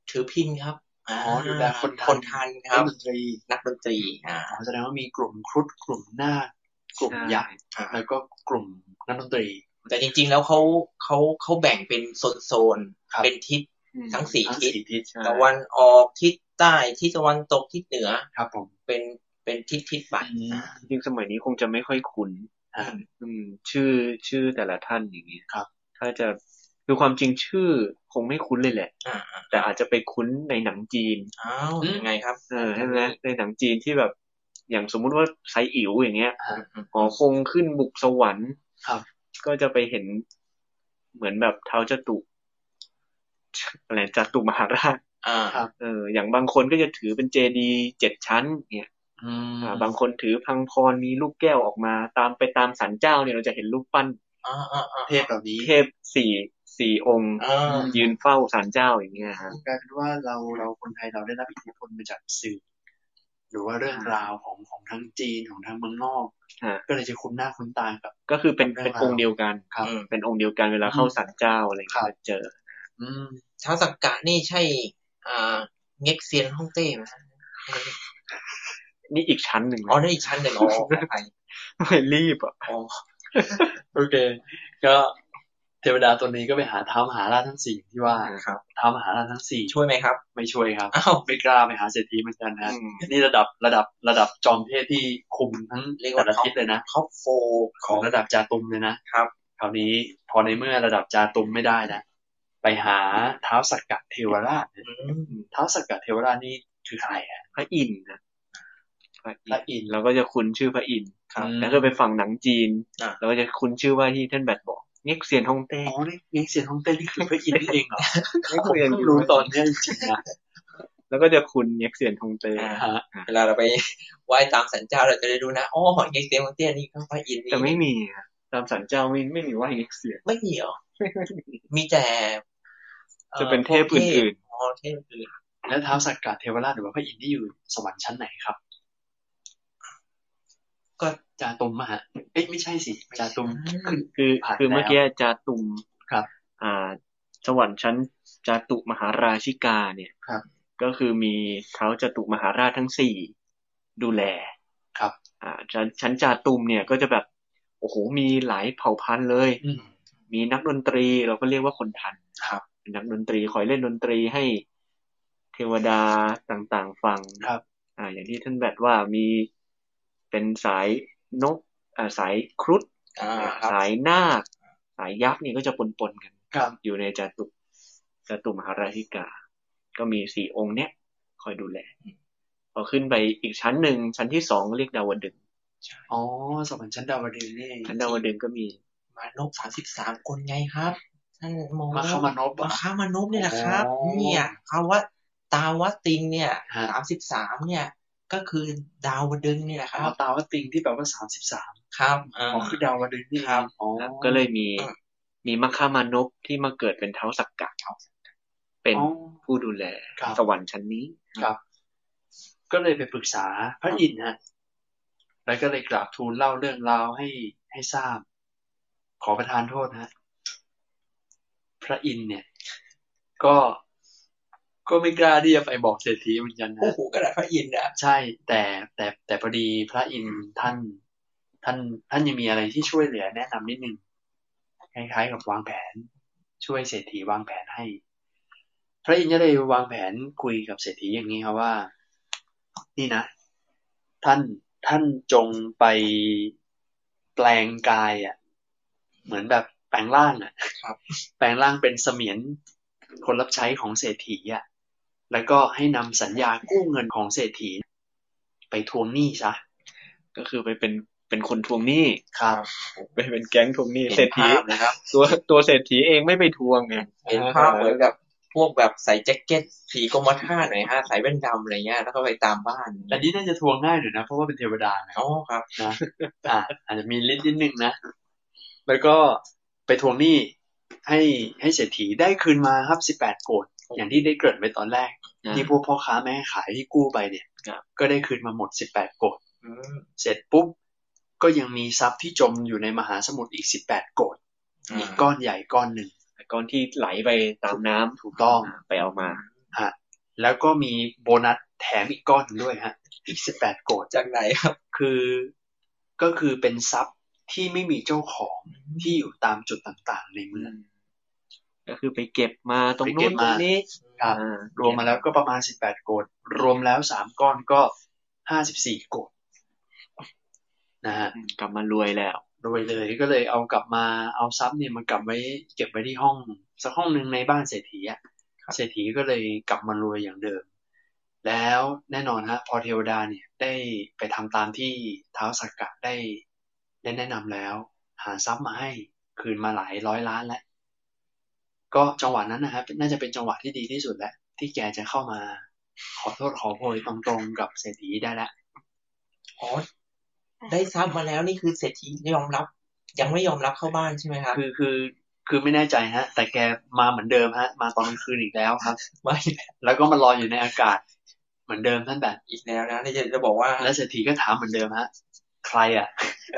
ถือพินครับอ๋อดูแลคนทันคนทันครับดนตรีนักดนตรีอ่าแสดงว่ามีกลุ่มครุฑกลุ่มนาคกลุ่มยักษ์แล้วก็กลุ่มนักดนตรีแต่จริงๆแล้วเขาเขาเขาแบ่งเป็นโซนๆเป็นทิศทั้งสี่ทิศตะวันออกทิศใต้ทิศตะวันตกทิศเหนือครับผมเป็นเป็นทิศทิศไปจริงสมัยนี้คงจะไม่ค่อยคุ้นอืมชื่อชื่อแต่ละท่านอย่างเงี้ยครับถ้าจะคือความจริงชื่อคงไม่คุ้นเลยแหละแต่อาจจะไปคุ้นในหนังจีนอ้าวยังไงครับเออใช่ไหมในหนังจีนที่แบบอย่างสมมุติว่าไซอิ๋วอย่างเงี้ยหอคงขึ้นบุกสวรรค์ก็จะไปเห็นเหมือนแบบเท้าจตุอะไรจตุมหาราชเอออย่างบางคนก็จะถือเป็นเจดีย์เจ็ดชั้นเนี่ยอ่าบางคนถือพังพรมีลูกแก้วออกมาตามไปตามศาลเจ้าเนี่ยเราจะเห็นรูปปั้นเทพแบบนี้เทพสี่สี่องค์ยืนเฝ้าศาลเจ้าอย่างเงี้ยฮะกลายเป็นว่าเราเราคนไทยเราได้รับอิทธิพลมาจากสื่อหรือว่าเรื่องราวของของทางจีนของทางเมืองนอกก็เลยจะคุ้นหน้าคุ้นตากับก็คือเป็นเป็นองค์เดียวกันเป็นองค์เดียวกันเวลาเข้าศาลเจ้าอะไรเงี้ยเจอท้าวสักกะนี่ใช่อ่าเง็กเซียนฮ่องเต้ไหมนี่อีกชั้นหนึ่งอ๋อนี่อีกชั้นหนึ่งอ๋อไปไม่รีบอ่ะอ๋อโอเคก็เทวดาตัวนี้ก็ไปหาท้าวมหาราชทั้งสี่ที่ว่าครับท้าวมหาราชทั้งสี่ช่วยไหมครับไม่ช่วยครับอ้าวไม่กล้าไปหาเศรษฐีเหมือนกันนะนี่ระดับระดับระดับจอมเทพที่คุมทั้งแต่ละทิศเลยนะท็อปโฟร์ของระดับจาตุมเลยนะครับคราวนี้พอในเมื่อระดับจาตุมไม่ได้นะไปหาท้าวสักกะเทวราชท้าวสักกะเทวราชนี่คือใครอ่ะพระอินทร์นะพระอินทร์เราก็จะคุ้นชื่อพระอินทร์แล้วก็ไปฝั่งหนังจีนเราก็จะคุ้นชื่อว่าที่ท่านแบทบอกเง็กเซียนฮ่องเต้อ๋อเง็กเซียนฮ่องเต้นี่คือพระอินทร์นี่เองเหรอผมเพิ่งรู้ตอนนี้จริงๆนะแล้วก็จะคุ้นเง็กเซียนฮ่องเต้เวลาเราไปไหว้ตามศาลเจ้าเราจะได้ดูนะอ๋อเง็กเซียนฮ่องเต้นี่ก็พระอินทร์แต่ไม่มีตามศาลเจ้าไม่ไม่มีไหว้เง็กเซียนไม่มีหรอมีแต่จะเป็นเทพอื่นๆอ๋อเทพอื่นแล้วท้าวสักกะเทวราชหรือว่าพระอินทร์ที่อยู่สวรรค์ชั้นไหนครับก็จาตุมอะฮะเอ๊ะไม่ใช่สิจาตุมคือคือคือเมื่อกี้จาตุมครับอ่าสวรรค์ชั้นจาตุมหาราชิกาเนี่ยครับก็คือมีเท้าจตุมหาราชทั้งสี่ดูแลครับอ่าชั้นชั้นจาตุมเนี่ยก็จะแบบโอ้โหมีหลายเผ่าพันธุ์เลยมีนักดนตรีเราก็เรียกว่าคนทันครับนักดนตรีคอยเล่นดนตรีให้เทวดาต่างๆฟังครับอ่าอย่างที่ท่านแบทว่ามีเป็นสายนกอ่าสายครุฑสายนาคสายยักษ์นี่ก็จะปนๆกันอยู่ในจาตุจาตุมหาราชิกาก็มีสี่องค์เนี้ยคอยดูแลพอขึ้นไปอีกชั้นหนึ่งชั้นที่สองเรียกดาวดึงส์อ๋อสวรรค์ชั้นดาวดึงส์นี่ชั้นดาวดึงส์ก็มีมานพสามสิบสามคนไงครับท่านโมมาฆามานพมาฆามานพนี่แหละครับเนี่ยคำว่าตาวติงเนี่ยสามสิบสามเนี่ยก็คือดาวดึงส์นี่แหละครับตาวติงที่แปลว่าสามสิบสามครับอ๋อคือดาวดึงส์นี่ครับอ๋อก็เลยมีมีมัคคามานพที่มาเกิดเป็นท้าวสักกะเป็นผู้ดูแลสวรรค์ชั้นนี้ครับก็เลยไปปรึกษาพระอินทร์ฮะแล้วก็เลยกราบทูลเล่าเรื่องราวให้ให้ทราบขอประทานโทษฮะพระอินทร์เนี่ยก็ก็ไม่กล้าที่จะไปบอกเศรษฐีเหมือนกันนะโอ้โหกระดาษพระอินทร์อ่ะใช่แต่แต่แต่พอดีพระอินทร์ท่านท่านท่านยังมีอะไรที่ช่วยเหลือแนะนำนิดนึงคล้ายๆกับวางแผนช่วยเศรษฐีวางแผนให้พระอินทร์ก็เลยวางแผนคุยกับเศรษฐีอย่างนี้ครับว่านี่นะท่านท่านจงไปแปลงกายอ่ะเหมือนแบบแปลงร่างอ่ะครับแปลงร่างเป็นเสมียนคนรับใช้ของเศรษฐีอ่ะแล้วก็ให้นำสัญญากู้เงินของเศรษฐีไปทวงหนี้ซะก็คือไปเป็นเป็นคนทวงหนี้ครับไปเป็นแก๊งทวงหนี้เศรษฐีนะครับตัวตัวเศรษฐีเองไม่ไปทวงไงเห็นภาพเหมือนกับพวกแบบใส่แจ็คเก็ตสีกรมท่าหน่อยฮะใส่แว่นดำอะไรเงี้ยแล้วก็ไปตามบ้านแต่นี่น่าจะทวงง่ายหน่อยนะเพราะว่าเป็นเทวดาอ๋อครับนะอ่าอาจจะมีฤทธิ์นิดนึงนะแล้วก็ไปทวงหนี้ให้ให้เศรษฐีได้คืนมาครับสิบแปดโกฏอย่างที่ได้เกริ่นไปตอนแรกที่พวกพ่อค้าแม่ขายที่กู้ไปเนี่ยก็ได้คืนมาหมดสิบแปดโกฏเสร็จปุ๊บก็ยังมีทรัพย์ที่จมอยู่ในมหาสมุทรอีกสิบแปดโกฏอีกก้อนใหญ่ก้อนหนึ่งก้อนที่ไหลไปตามน้ำถูกต้องไปเอามาฮะแล้วก็มีโบนัสแถมอีกก้อนด้วยฮะอีกสิบแปดโกฏจากไหนครับคือก็คือเป็นทรัพย์ที่ไม่มีเจ้าของที่อยู่ตามจุดต่างๆในเมืองก็คือไปเก็บมาตรงนู้นตรงนี้ครับรวมมาแล้วก็ประมาณสิบแปดโกฏรวมแล้วสามก้อนก็ห้าสิบสี่โกฏนะฮะกลับมารวยแล้วรวยเลยก็เลยเอากลับมาเอาทรัพย์เนี่ยมากลับไว้เก็บไว้ที่ห้องสักห้องนึงในบ้านเศรษฐีอ่ะเศรษฐีก็เลยกลับมารวยอย่างเดิมแล้วแน่นอนฮะพอเทวดาเนี่ยได้ไปทำตามที่ท้าวสักกะได้ได้แนะนำแล้วหาทรัพย์มาให้คืนมาหลายร้อยล้านแล้วก็จังหวะนั้นนะครับน่าจะเป็นจังหวะที่ดีที่สุดแล้วที่แกจะเข้ามาขอโทษขอโพยตรงๆกับเศรษฐีได้แล้วอ๋อได้ทรัพย์มาแล้วนี่คือเศรษฐียอมรับยังไม่ยอมรับเข้าบ้านใช่ไหมครับคือคือคือไม่แน่ใจฮะแต่แกมาเหมือนเดิมฮะมาตอนกลางคืนอีกแล้วครับไม่แล้วก็มารออยู่ในอากาศเหมือนเดิมท่านแบบอีกแล้วนะที่จะจะบอกว่าแล้วเศรษฐีก็ถามเหมือนเดิมฮะใครอ่ะ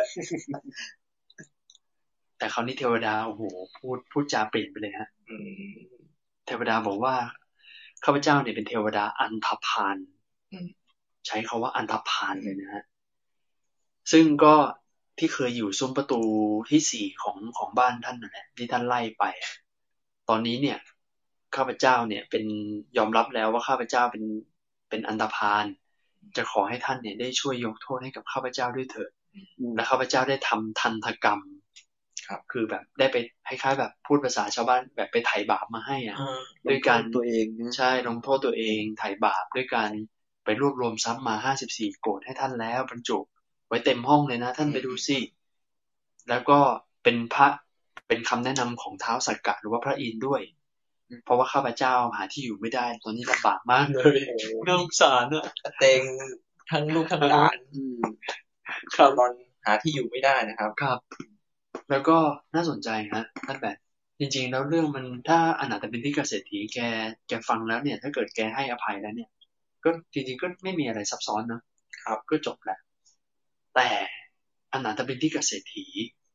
แต่คราวนี้เทวดาโอ้โหพูดพูดจาเปลี่ยนไปเลยฮะเทวดาบอกว่าข้าพเจ้าเนี่ยเป็นเทวดาอันธพาลใช้คาว่าอันธพาลเลยนะฮะซึ่งก็ที่เคยอยู่ซุ้มประตูที่สี่ของของบ้านท่านนั่นแหละที่ท่านไล่ไปตอนนี้เนี่ยข้าพเจ้าเนี่ยเป็นยอมรับแล้วว่าข้าพเจ้าเป็นเป็นอันธพาลจะขอให้ท่านเนี่ยได้ช่วยยกโทษให้กับข้าพเจ้าด้วยเถิดและข้าพเจ้าได้ทำทันตกรรมครับคือแบบได้ไปคล้ายๆแบบพูดภาษาชาวบ้านแบบไปไถ่บาปมาให้อ่ะด้วยการตัวเองใช่ลงโทษตัวเองไถ่บาปด้วยการไปรวบรวมทรัพย์มาห้าสิบสี่โกฏให้ท่านแล้วบรรจุไว้เต็มห้องเลยนะท่านไปดูสิแล้วก็เป็นพระเป็นคำแนะนำของท้าวสักกะหรือว่าพระอินทร์ด้วยเพราะว่าข้าพเจ้าหาที่อยู่ไม่ได้ตอนนี้ลำบากมากเลยน่าสงสารอะเต็งทั้งลูกทั้งหลานครับตอนหาที่อยู่ไม่ได้นะครับครับแล้วก็น่าสนใจฮะท่านแบบจริงๆแล้วเรื่องมันถ้าอนาถบิณฑิกเศรษฐีแกแกฟังแล้วเนี่ยถ้าเกิดแกให้อภัยแล้วเนี่ยก็จริงๆก็ไม่มีอะไรซับซ้อนนะครับก็จบแหละแต่อนาถบิณฑิกเศรษฐี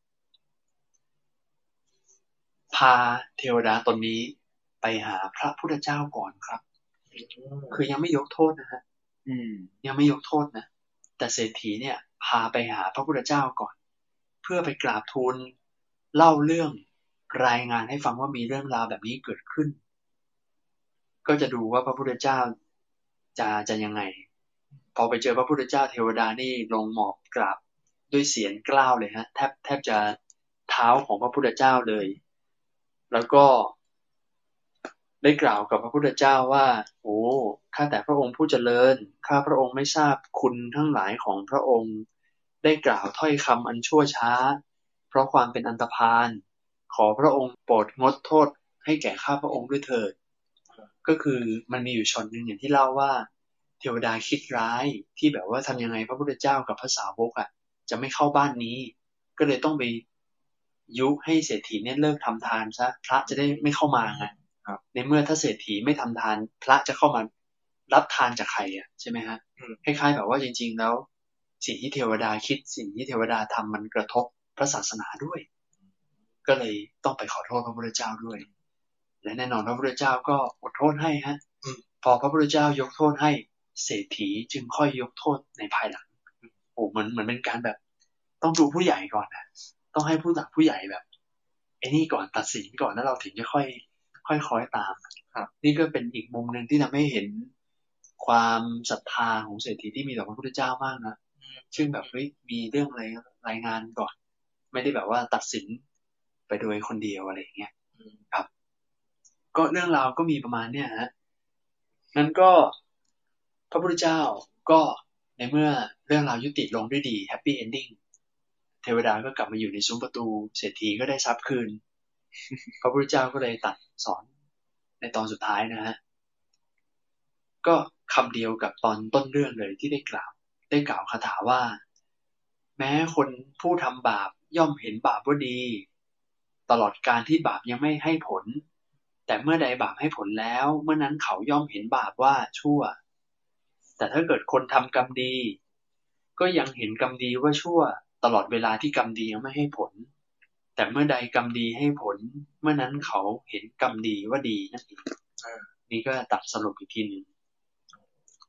พาเทวดาตนนี้ไปหาพระพุทธเจ้าก่อนครับคือยังไม่ยกโทษนะฮะยังไม่ยกโทษนะแต่เศรษฐีเนี่ยพาไปหาพระพุทธเจ้าก่อนเพื่อไปกราบทูลเล่าเรื่องรายงานให้ฟังว่ามีเรื่องราวแบบนี้เกิดขึ้นก็จะดูว่าพระพุทธเจ้าจะจะยังไงพอไปเจอพระพุทธเจ้าเทวดานี่ลงหมอบกราบด้วยเสียงกล้าวเลยฮะแทบแทบจะเท้าของพระพุทธเจ้าเลยแล้วก็ได้กล่าวกับพระพุทธเจ้าว่าโอ้ข้าแต่พระองค์ผู้เจริญข้าพระองค์ไม่ทราบคุณทั้งหลายของพระองค์ได้กล่าวถ้อยคำอันชั่วช้าเพราะความเป็นอันธพาลขอพระองค์โปรดงดโทษให้แก่ข้าพระองค์ด้วยเถิดก็คือมันมีอยู่ช็อตนึงอย่างที่เล่าว่าเทวดาคิดร้ายที่แบบว่าทำยังไงพระพุทธเจ้ากับพระสาวกอ่ะจะไม่เข้าบ้านนี้ก็เลยต้องไปยุให้เศรษฐีเนี่ยเลิกทำทานซะพระจะได้ไม่เข้ามาไงในเมื่อถ้าเศรษฐีไม่ทำทานพระจะเข้ามารับทานจากใครอ่ะใช่ไหมฮะคล้ายๆแบบว่าจริงๆแล้วสิ่งที่เทวดาคิดสิ่งที่เทวดาทำมันกระทบพระศาสนาด้วยก็เลยต้องไปขอโทษพระพุทธเจ้าด้วยและแน่นอนพระพุทธเจ้าก็อดโทษให้ฮะพอพระพุทธเจ้ายกโทษให้เศรษฐีจึงค่อยยกโทษในภายหลังโอ้เหมือนเหมือนเป็นการแบบต้องดูผู้ใหญ่ก่อนนะต้องให้ผู้หลักผู้ใหญ่แบบไอ้นี่ก่อนตัดสินก่อนแล้วเราถึงจะค่อยค่อยคอยตามครับนี่ก็เป็นอีกมุมนึงที่ทำให้เห็นความศรัทธาของเศรษฐีที่มีต่อพระพุทธเจ้ามากนะซึ่งแบบเฮ้ยมีเรื่องอะไรรายงานก่อนไม่ได้แบบว่าตัดสินไปโดยคนเดียวอะไรอย่างเงี้ยครับก็เรื่องราวก็มีประมาณเนี้ยฮะนั้นก็พระพุทธเจ้าก็ในเมื่อเรื่องราวยุติลงด้วยดีแฮปปี้เอนดิ้งเทวดาก็กลับมาอยู่ในซุ้มประตูเศรษฐีก็ได้ทรัพย์คืนพระพุทธเจ้าก็เลยตัดสอนในตอนสุดท้ายนะฮะก็คำเดียวกับตอนต้นเรื่องเลยที่ได้กล่าวได้กล่าวคาถาว่าแม้คนผู้ทำบาปย่อมเห็นบาปว่าดีตลอดการที่บาปยังไม่ให้ผลแต่เมื่อใดบาปให้ผลแล้วเมื่อนั้นเขาย่อมเห็นบาปว่าชั่วแต่ถ้าเกิดคนทำกรรมดีก็ยังเห็นกรรมดีว่าชั่วตลอดเวลาที่กรรมดียังไม่ให้ผลแต่เมื่อใดกรรมดีให้ผลเมื่อนั้นเขาเห็นกรรมดีว่าดีนั่นเองนี่ก็ตัดสรุปอีกทีนึง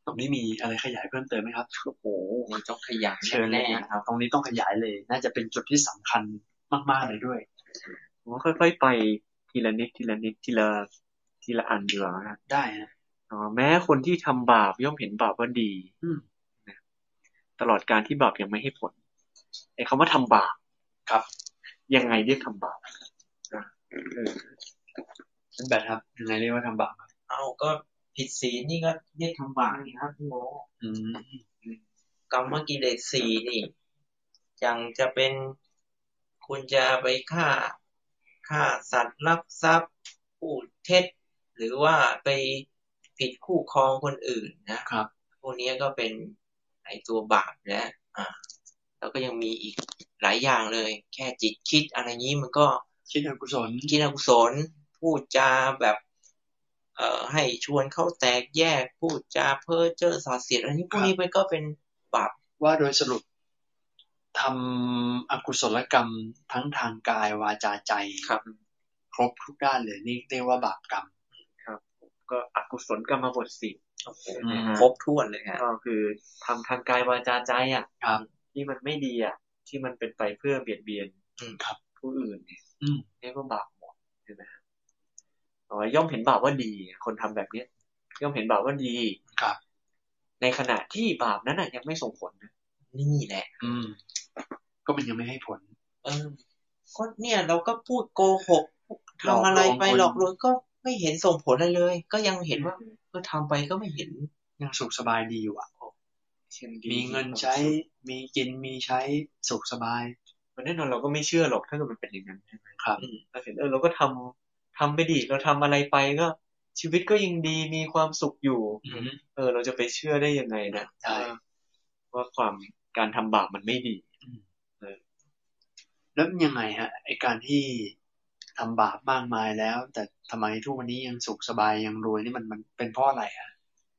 ตรงนี้มีอะไรขยายเพิ่มเติมไหมครับโอ้โหมันต้องขยายเชิญเลยนะครับตรงนี้ต้องขยายเลยน่าจะเป็นจุดที่สำคัญมากๆเลยด้วยผมค่อยๆไปทีละนิดทีละนิดทีละทีละอันดีกว่าครับได้ฮะอ๋อแม้คนที่ทำบาปย่อมเห็นบาปว่าดีตลอดการที่บาปยังไม่ให้ผลไอ้คำว่าทำบาปครับยังไงเรียกทำบาปนั่นแบบครับยังไงเรียกว่าทำบาปเอาก็ผิดศีลนี่ก็เรียกทำบาปนี่ครับพี่โมกรรมกิเลสสี่นี่อย่างจะเป็นคุณจะไปฆ่าฆ่าสัตว์ลักทรัพย์พูดเท็จหรือว่าไปผิดคู่ครองคนอื่นนะครับพวกนี้ก็เป็นไอตัวบาปนะอ่าแล้วก็ยังมีอีกหลายอย่างเลยแค่จิตคิดอะไรนี้มันก็คิดอกุศลคิดอกุศลพูดจาแบบเอ่อให้ชวนเข้าแตกแยกพูดจาเพ้อเจ้อส่อเสียดอะไรนี้พวกนี้มันก็เป็นบาปว่าโดยสรุปทำอกุศลกรรมทั้งทางกายวาจาใจครับครบทุกด้านเลยนี่เรียกว่าบาปกรรมครับก็อกุศลกรรมบทสิบครบถ้วนเลยฮะก็คือทำทางกายวาจาใจอ่ะที่มันไม่ดีอ่ะที่มันเป็นไปเพื่อเบียดเบียนผู้อื่นเนี่ยเรียกว่าบาปหมดใช่ไหมอ๋อย่อมเห็นบาปว่าดีคนทำแบบนี้ย่อมเห็นบาปว่าดีครับในขณะที่บาปนั้นน่ะยังไม่ส่งผลนะนี่แหละอืมก็มันยังไม่ให้ผลเออก็เนี่ยเราก็พูดโกหกทำอะไรไปหลอกลวงก็ไม่เห็นส่งผลอะไรเลยก็ยังเห็นว่าก็ทำไปก็ไม่เห็นยังสุขสบายดีอยู่อ่ะมีเงินใช้มีกินมีใช้สุขสบายแน่นอนเราก็ไม่เชื่อหรอกถ้าเกิดมันเป็นอย่างนั้นใช่ไหมครับเราเห็นเออเราก็ทำทำไปดีเราทำอะไรไปก็ชีวิตก็ยังดีมีความสุขอยู่เออเราจะไปเชื่อได้ยังไงนะว่าความการทำบาปมันไม่ดีแล้วยังไงฮะไอการที่ทำบาปมากมายแล้วแต่ทำไมทุกวันนี้ยังสุขสบายยังรวยนี่มันมันเป็นเพราะอะไรฮะ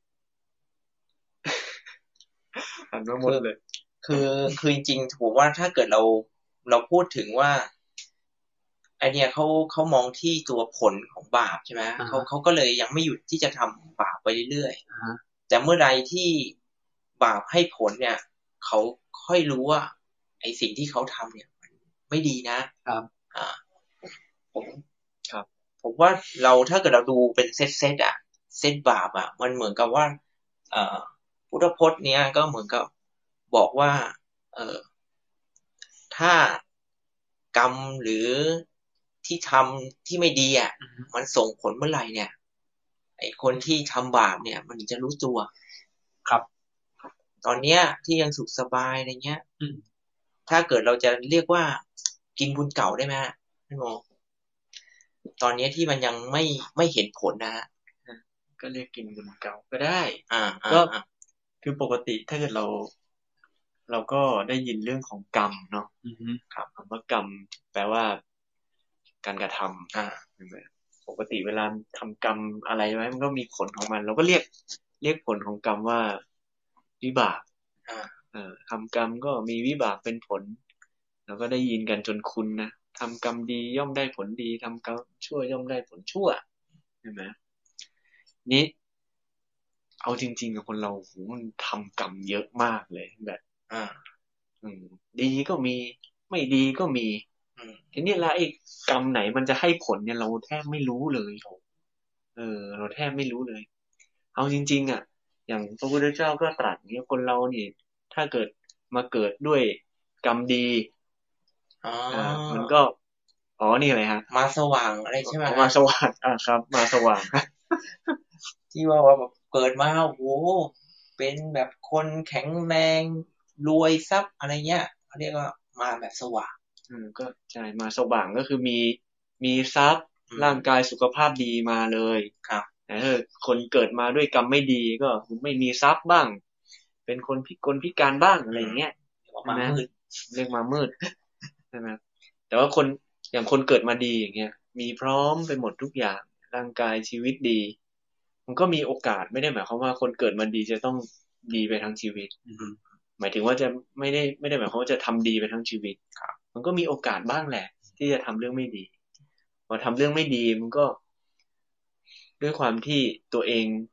หันมาหมดเลยคือคือจริงๆผมว่าถ้าเกิดเราเราพูดถึงว่าไอเนี้ยเขาเขามองที่ตัวผลของบาปใช่ไหมเขาเขาก็เลยยังไม่หยุดที่จะทำบาปไปเรื่อยๆแต่เมื่อใดที่บาปให้ผลเนี่ยเขาค่อยรู้ว่าไอสิ่งที่เขาทำเนี่ยมันไม่ดีนะครับอ่าผมครับผมว่าเราถ้าเกิดเราดูเป็นเซตเซตอะเซตบาปอะมันเหมือนกับว่าเอ่อพุทธพจน์เนี้ยก็เหมือนกับบอกว่าเออถ้ากรรมหรือที่ทำที่ไม่ดีอ่ะมันส่งผลเมื่อไหร่เนี่ยไอ้คนที่ทำบาปเนี่ยมันจะรู้ตัวครับตอนเนี้ยที่ยังสุขสบายอะไรเงี้ยถ้าเกิดเราจะเรียกว่ากินบุญเก่าได้ไหมพี่โมตอนนี้ที่มันยังไม่ไม่เห็นผลนะฮะก็เรียกกินบุญเก่าก็ได้อ่าก็คือปกติถ้าเกิดเราเราก็ได้ยินเรื่องของกรรมเนาะครับคำว่ากรรมแปลว่าการกระทำอ่าปกติเวลาทำกรรมอะไรไว้มันก็มีผลของมันเราก็เรียกเรียกผลของกรรมว่าวิบากอ่าเอ่อทำกรรมก็มีวิบากเป็นผลเราก็ได้ยินกันจนคุ้นนะทำกรรมดีย่อมได้ผลดีทำกรรมชั่วย่อมได้ผลชั่วใช่ไหมนี่เอาจริงๆกับคนเราโหมันทำกรรมเยอะมากเลยแบบอ่าอืมดีก็มีไม่ดีก็มีทีนี้ละไอ้กรรมไหนมันจะให้ผลเนี่ยเราแทบไม่รู้เลยเออเราแทบไม่รู้เลยเอาจริงๆอ่ะอย่างพระพุทธเจ้าก็ตรัสเนี่ยคนเรานี่ถ้าเกิดมาเกิดด้วยกรรมดีอ่ามันก็อ๋อนี่อะไรฮะมาสว่างอะไรใช่ไหมมาสว่างอ่าครับมาสว่างที่ว่าว่าเกิดมาโอ้โหเป็นแบบคนแข็งแรงรวยทรัพย์อะไรเงี้ยเขาเรียกว่ามาแบบสว่างอืมก็ใช่มาสว่างก็คือมีมีทรัพย์ร่างกายสุขภาพดีมาเลยครับแต่ถ้าคนเกิดมาด้วยกรรมไม่ดีก็ไม่มีทรัพย์บ้างเป็นคนพิกลพิการบ้างอะไรเงี้ยมามืดเรียกมามืดใช่ไหมแต่ว่าคนอย่างคนเกิดมาดีอย่างเงี้ยมีพร้อมไปหมดทุกอย่างร่างกายชีวิตดีมันก็มีโอกาสไม่ได้หมายความว่าคนเกิดมาดีจะต้องดีไปทั้งชีวิตหมายถึงว่าจะไม่ได้ไม่ได้หมายความว่าจะทำดีไปทั้งชีวิตมันก็มีโอกาสบ้างแหละที่จะทำเรื่องไม่ดีพอทำเรื่องไม่ดีมันก็ด้วยความที่ตัวเอง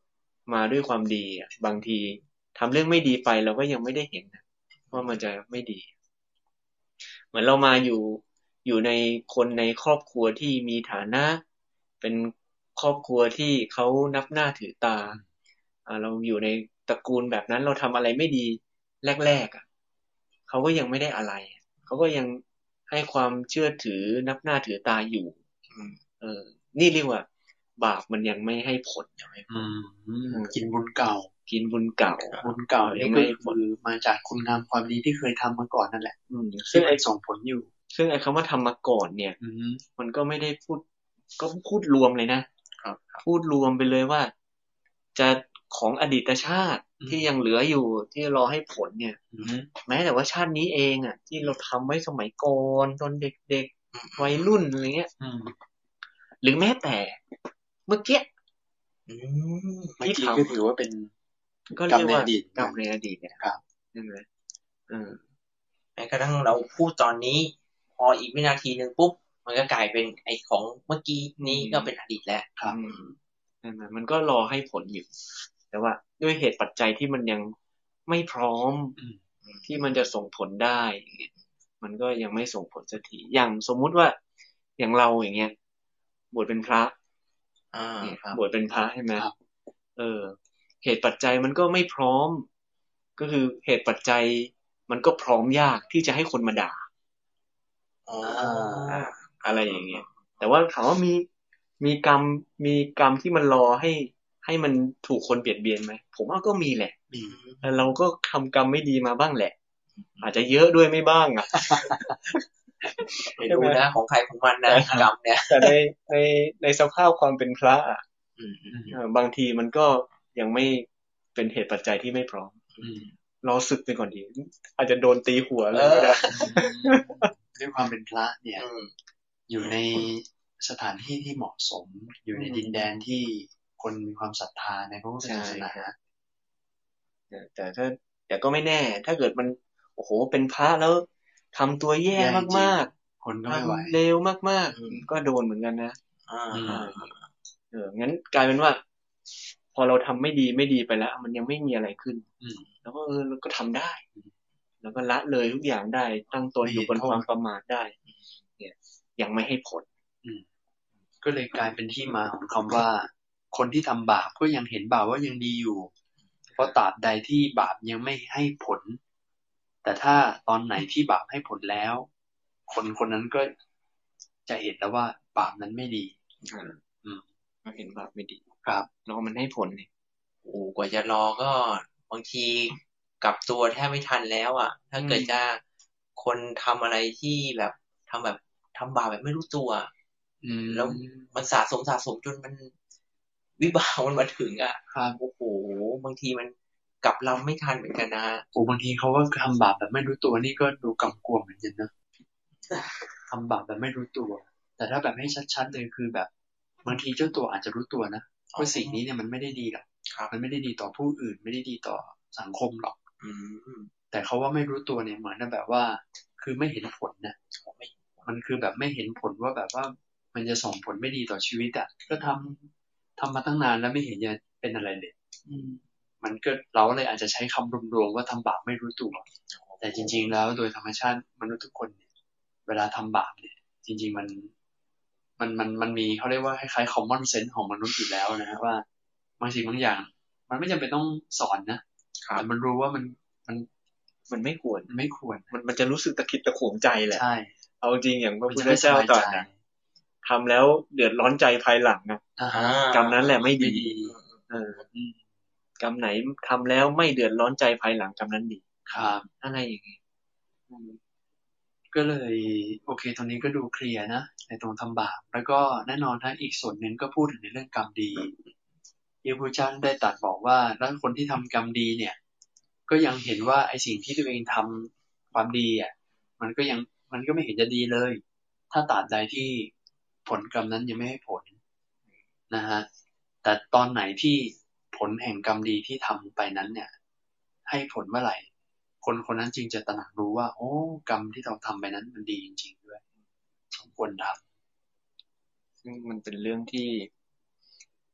มาด้วยความดีอ่ะบางทีทำเรื่องไม่ดีไปเราก็ยังไม่ได้เห็นว่ามันจะไม่ดีเหมือนเรามาอยู่อยู่ในคนในครอบครัวที่มีฐานะเป็นครอบครัวที่เขานับหน้าถือตาอ่าเราอยู่ในตระกูลแบบนั้นเราทำอะไรไม่ดีแรกๆอ่ะเขาก็ยังไม่ได้อะไรเขาก็ยังให้ความเชื่อถือนับหน้าถือตาอยู่เออนี่เรียกว่าบาปมันยังไม่ให้ผลยังไม่ผลกินบุญเก่ากินบุญเก่าบุญเก่านี่ก็คือมาจากคุณงามความดีที่เคยทำมาก่อนนั่นแหละซึ่งไอ้ส่งผลอยู่ซึ่งไอ้คำว่าทำมาก่อนเนี่ยมันก็ไม่ได้พูดก็พูดรวมเลยนะครับพูดรวมไปเลยว่าจะของอดีตชาติที่ยังเหลืออยู่ที่รอให้ผลเนี่ยแม้แต่ว่าชาตินี้เองอ่ะที่เราทำไว้สมัยก่อนตอนเด็กๆวัยรุ่นอะไรเงี้ยหรือแม้แต่เมื่อกี้ที่ทำก็ถือว่าเป็นก็เรียกว่ากรรมในอดีตเนี่ยครับนั่นแหละเออแม้กระทั่งเราพูดตอนนี้พออีกวินาทีนึงปุ๊บมันก็กลายเป็นไอ้ของเมื่อกี้นี้ก็เป็นอดีตแล้วครับนั่นแหละมันก็รอให้ผลอยู่แต่ว่าด้วยเหตุปัจจัยที่มันยังไม่พร้อมที่มันจะส่งผลได้มันก็ยังไม่ส่งผลสักทีอย่างสมมุติว่าอย่างเราอย่างเงี้ยบวชเป็นพระอ่าบวชเป็นพระใช่ไหมเออเหตุปัจจัยมันก็ไม่พร้อมก็คือเหตุปัจจัยมันก็พร้อมยากที่จะให้คนมาด่าอ๋ออะไรอย่างเงี้ยแต่ว่าถามว่ามีมีกรรมมีกรรมที่มันรอให้ให้มันถูกคนเบียดเบียนไหมผมว่าก็มีแหละเราก็ทำกรรมไม่ดีมาบ้างแหละอาจจะเยอะด้วยไม่บ้างอ่ะไม่รู้นะของใครของมันนะกรรมเนี่ยแต่ในในในสภาพความเป็นพระอ่ะบางทีมันก็ยังไม่เป็นเหตุปัจจัยที่ไม่พร้อมเราสึกไปก่อนดีอาจจะโดนตีหัวเลยก็ได้ด้วยความเป็นพระเนี่ยอยู่ในสถานที่ที่เหมาะสมอยู่ในดินแดนที่คนมีความศรัทธาในพระพุทธศาสนาแต่ถ้าแต่ก็ไม่แน่ถ้าเกิดมันโอ้โหเป็นพระแล้วทำตัวแย่มากๆคนก็ไม่ไหวเลวมากๆก็โดนเหมือนกันนะเอองั้นกลายเป็นว่าพอเราทำไม่ดีไม่ดีไปแล้วมันยังไม่มีอะไรขึ้นแล้วก็เออเราก็ทำได้แล้วก็ละเลยทุกอย่างได้ตั้งตนอยู่บนความประมาทได้เนี่ยยังไม่ให้ผลก็เลยกลายเป็นที่มาของคำว่าคนที่ทำบาปก็ยังเห็นบาปว่ายังดีอยู่เพราะตราบใดที่บาปยังไม่ให้ผลแต่ถ้าตอนไหนที่บาปให้ผลแล้วคนคนนั้นก็จะเห็นแล้วว่าบาปนั้นไม่ดีอืมก็เห็นบาปไม่ดีครับแล้วมันให้ผลนี่โอ้กว่าจะรอก็บางทีกลับตัวแทบไม่ทันแล้วอ่ะถ้าเกิดจะคนทำอะไรที่แบบทำแบบทำบาปแบบไม่รู้ตัวแล้วมันสะสมสะสมจนมันวิบากมันมาถึงอ่ะโอ้โหบางทีมันกลับเราไม่ทันเหมือนกันนะโอ้บางทีเขาก็ทำบาปแบบไม่รู้ตัวนี่ก็ดูกำกวมเหมือนกันนะทำบาปแบบไม่รู้ตัวแต่ถ้าแบบให้ชัดๆเลยคือแบบบางทีเจ้าตัวอาจจะรู้ตัวนะว่าสิ่งนี้เนี่ยมันไม่ได้ดีหรอกมันไม่ได้ดีต่อผู้อื่นไม่ได้ดีต่อสังคมหรอกแต่เขาว่าไม่รู้ตัวเนี่ยเหมือนแบบว่าคือไม่เห็นผลนะมันคือแบบไม่เห็นผลว่าแบบว่ามันจะส่งผลไม่ดีต่อชีวิตอ่ะก็ทำทำมาตั้งนานแล้วไม่เห็นจะเป็นอะไรเลยมันก็เราเลยอาจจะใช้คำรวมๆว่าทำบาปไม่รู้ตัวแต่จริงๆแล้วโดยธรรมชาติมนุษย์ทุกคนเนี่ยเวลาทำบาปเนี่ยจริงๆมันมันมันมันมีเขาเรียกว่าคล้ายๆ common sense ของมนุษย์อยู่แล้วนะฮะว่าบางสิ่งบางอย่างมันไม่จำเป็นต้องสอนนะแต่มันรู้ว่ามันมันมันไม่ควรไม่ควรมันมันจะรู้สึกตะขิดตะขวงใจแหละใช่เอาจริงอย่างพระพุทธเจ้าตรัสนะทำแล้วเดือดร้อนใจภายหลังนะกรรมนั้นแหละไม่ดีเออกรรมไหนทำแล้วไม่เดือดร้อนใจภายหลังกรรมนั้นดีครับอะไรอย่างเงี้ยก็เลยโอเคตรงนี้ก็ดูเคลียร์นะในตรงทำบาปแล้วก็แน่นอนทั้งอีกส่วนหนึ่งก็พูดถึงในเรื่องกรรมดีที่พระเจ้าได้ตรัสบอกว่าแล้วคนที่ทำกรรมดีเนี่ยก็ยังเห็นว่าไอ้สิ่งที่ตัวเองทำความดีอ่ะมันก็ยังมันก็ไม่เห็นจะดีเลยถ้าตราบใดที่ผลกรรมนั้นยังไม่ให้ผลนะฮะแต่ตอนไหนที่ผลแห่งกรรมดีที่ทำไปนั้นเนี่ยให้ผลเมื่อไหร่คนคนนั้นจึงจะตระหนักรู้ว่าโอ้กรรมที่เราทำไปนั้นมันดีจริงๆด้วยสมควรทำซึ่งมันเป็นเรื่องที่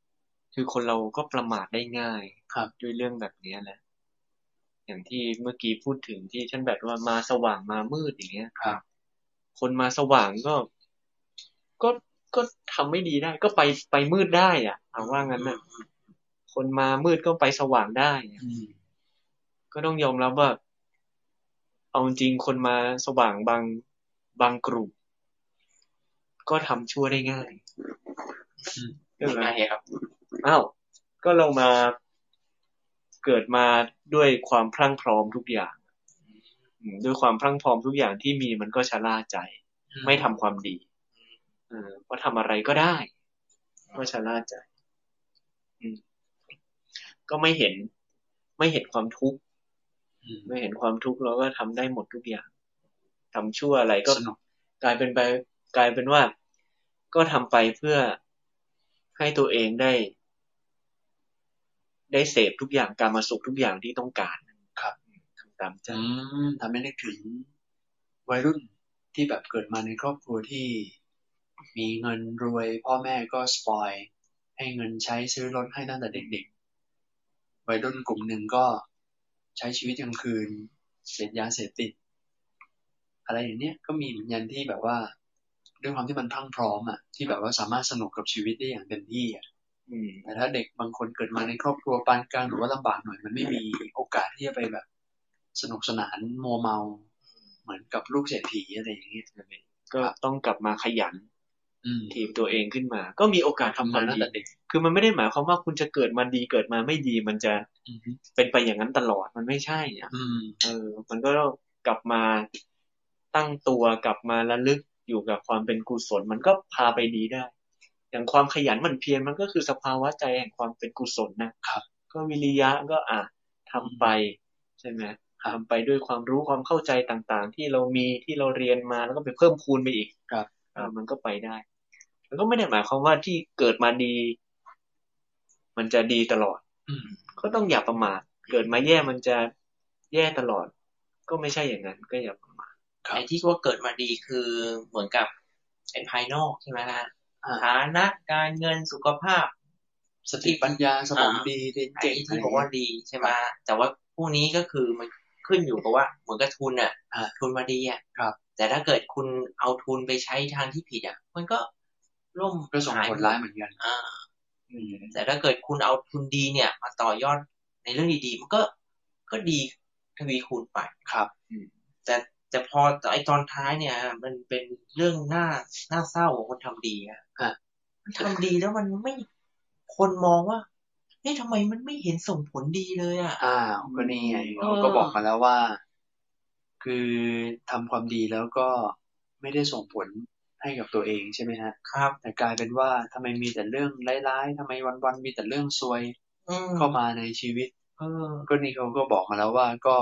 คือคนเราก็ประมาทได้ง่ายครับด้วยเรื่องแบบนี้แหละอย่างที่เมื่อกี้พูดถึงที่ท่านแบบว่ามาสว่างมามืดอย่างเงี้ยครับคนมาสว่างก็ก็ก็ทำไม่ดีได้ก็ไปไปมืดได้อ่ะเอาว่างั้นน่ะคนมามืดก็ไปสว่างได้ก็ต้องยอมรับว่าเอาจริงคนมาสว่างบางบางกลุ่มก็ทำชั่วได้ง่ายยังไงครับอ้าวก็เรามาเกิดมาด้วยความพรั่งพร้อมทุกอย่างด้วยความพรั่งพร้อมทุกอย่างที่มีมันก็ชะล่าใจไม่ทำความดีเออเพราะทำอะไรก็ได้ก็ชะล่าใจก็ไม่เห็นไม่เห็นความทุกข์ไม่เห็นความทุกข์เราก็ทำได้หมดทุกอย่างทำชั่วอะไรก็กลายเป็นไปกลายเป็นว่าก็ทำไปเพื่อให้ตัวเองได้ได้เสพทุกอย่างการมาสุขทุกอย่างที่ต้องการครับทำตามใจทำให้นึกถึงวัยรุ่นที่แบบเกิดมาในครอบครัวที่มีเงินรวยพ่อแม่ก็สปอยให้เงินใช้ซื้อรถให้ตั้งแต่เด็กๆวัยรุ่นกลุ่มหนึ่งก็ใช้ชีวิตกลางคืนเสพยาเสพติดอะไรอย่างเนี้ยก็มีเหมือนกันที่แบบว่าด้วยความที่มันพรั่งพร้อมอ่ะที่แบบว่าสามารถสนุกกับชีวิตได้อย่างเต็มที่อ่ะแต่ถ้าเด็กบางคนเกิดมาในครอบครัวปานกลางหรือว่าลำบากหน่อยมันไม่มีโอกาสที่จะไปแบบสนุกสนานมัวเมาเหมือนกับลูกเศรษฐีอะไรอย่างเงี้ยก็ต้องกลับมาขยันทีมตัวเองขึ้นมาก็มีโอกาสทำงานตั้งแต่เด็กคือมันไม่ได้หมายความว่าคุณจะเกิดมาดีเกิดมาไม่ดีมันจะเป็นไปอย่างนั้นตลอดมันไม่ใช่อ่ะเออมันก็ต้องกลับมาตั้งตัวกลับมาระลึกอยู่กับความเป็นกุศลมันก็พาไปดีได้อย่างความขยันหมั่นเพียรมันก็คือสภาวะใจแห่งความเป็นกุศลนะครับก็วิริยะก็อ่ะทำไปใช่ไหมทำไปด้วยความรู้ความเข้าใจต่างๆที่เรามีที่เราเรียนมาแล้วก็ไปเพิ่มพูนไปอีกครับมันก็ไปได้มันก็ไม่ได้หมายความว่าที่เกิดมาดีมันจะดีตลอดก็ต้องอย่าประมาทเกิดมาแย่มันจะแย่ตลอดก็ไม่ใช่อย่างนั้นก็อย่าประมาทไอ้ที่ว่าเกิดมาดีคือเหมือนกับไอ้ภายนอกใช่ไหมฮะฐานะการเงินสุขภาพสติปัญญาสมองดีเรียนเก่งที่บอกว่าดีใช่ไหมแต่ว่าพวกนี้ก็คือมันขึ้นอยู่กับว่าเหมือนกับทุนอ่ะทุนมาดีอ่ะแต่ถ้าเกิดคุณเอาทุนไปใช้ทางที่ผิดอ่ะมันก็ล่มก็ส่งผลร้ายเหมือนกันอ่าแต่ถ้าเกิดคุณเอาทุนดีเนี่ยมาต่อยอดในเรื่องดีๆมันก็ก็ดีทวีคูณไปครับแต่แต่พอไอตอนท้ายเนี่ยมันเป็นเรื่องน่าน่าเศร้าของคนทำดีอ่ะมันทำดีแล้วมันไม่คนมองว่านี่ทำไมมันไม่เห็นส่งผลดีเลยอ่ะอ้าวก็นี่ไงเขาก็บอกมาแล้วว่าคือทำความดีแล้วก็ไม่ได้ส่งผลให้กับตัวเองใช่ไหมฮะครับแต่กลายเป็นว่าทำไมมีแต่เรื่องร้ายๆทำไมวันๆมีแต่เรื่องซวยเข้ามาในชีวิตก็นี่เขาก็บอกมาแล้วว่าก็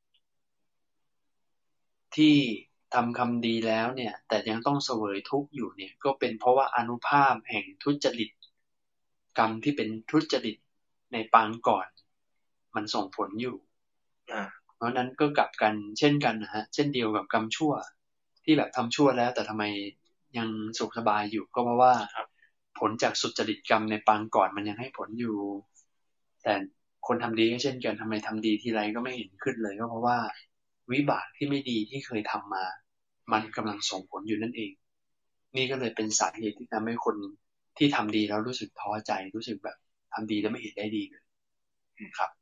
ที่ทำคำดีแล้วเนี่ยแต่ยังต้องเสวยทุกข์อยู่เนี่ยก็เป็นเพราะว่าอานุภาพแห่งทุจริตกรรมที่เป็นทุจริตในปางก่อนมันส่งผลอยู่เพราะนั้นก็กลับกันเช่นกันนะฮะเช่นเดียวกับกรรมชั่วที่แบบทำชั่วแล้วแต่ทำไมยังสุขสบายอยู่ก็เพราะว่าผลจากสุจริตกรรมในปางก่อนมันยังให้ผลอยู่แต่คนทำดีก็เช่นกันทำไมทำดีทีไรก็ไม่เห็นขึ้นเลยก็เพราะว่าวิบากที่ไม่ดีที่เคยทำมามันกำลังส่งผลอยู่นั่นเองนี่ก็เลยเป็นสาเหตุที่ทำให้คนที่ทำดีแล้วรู้สึกท้อใจรู้สึกแบบทำดีแล้วไม่เห็นได้ดีเลยครับ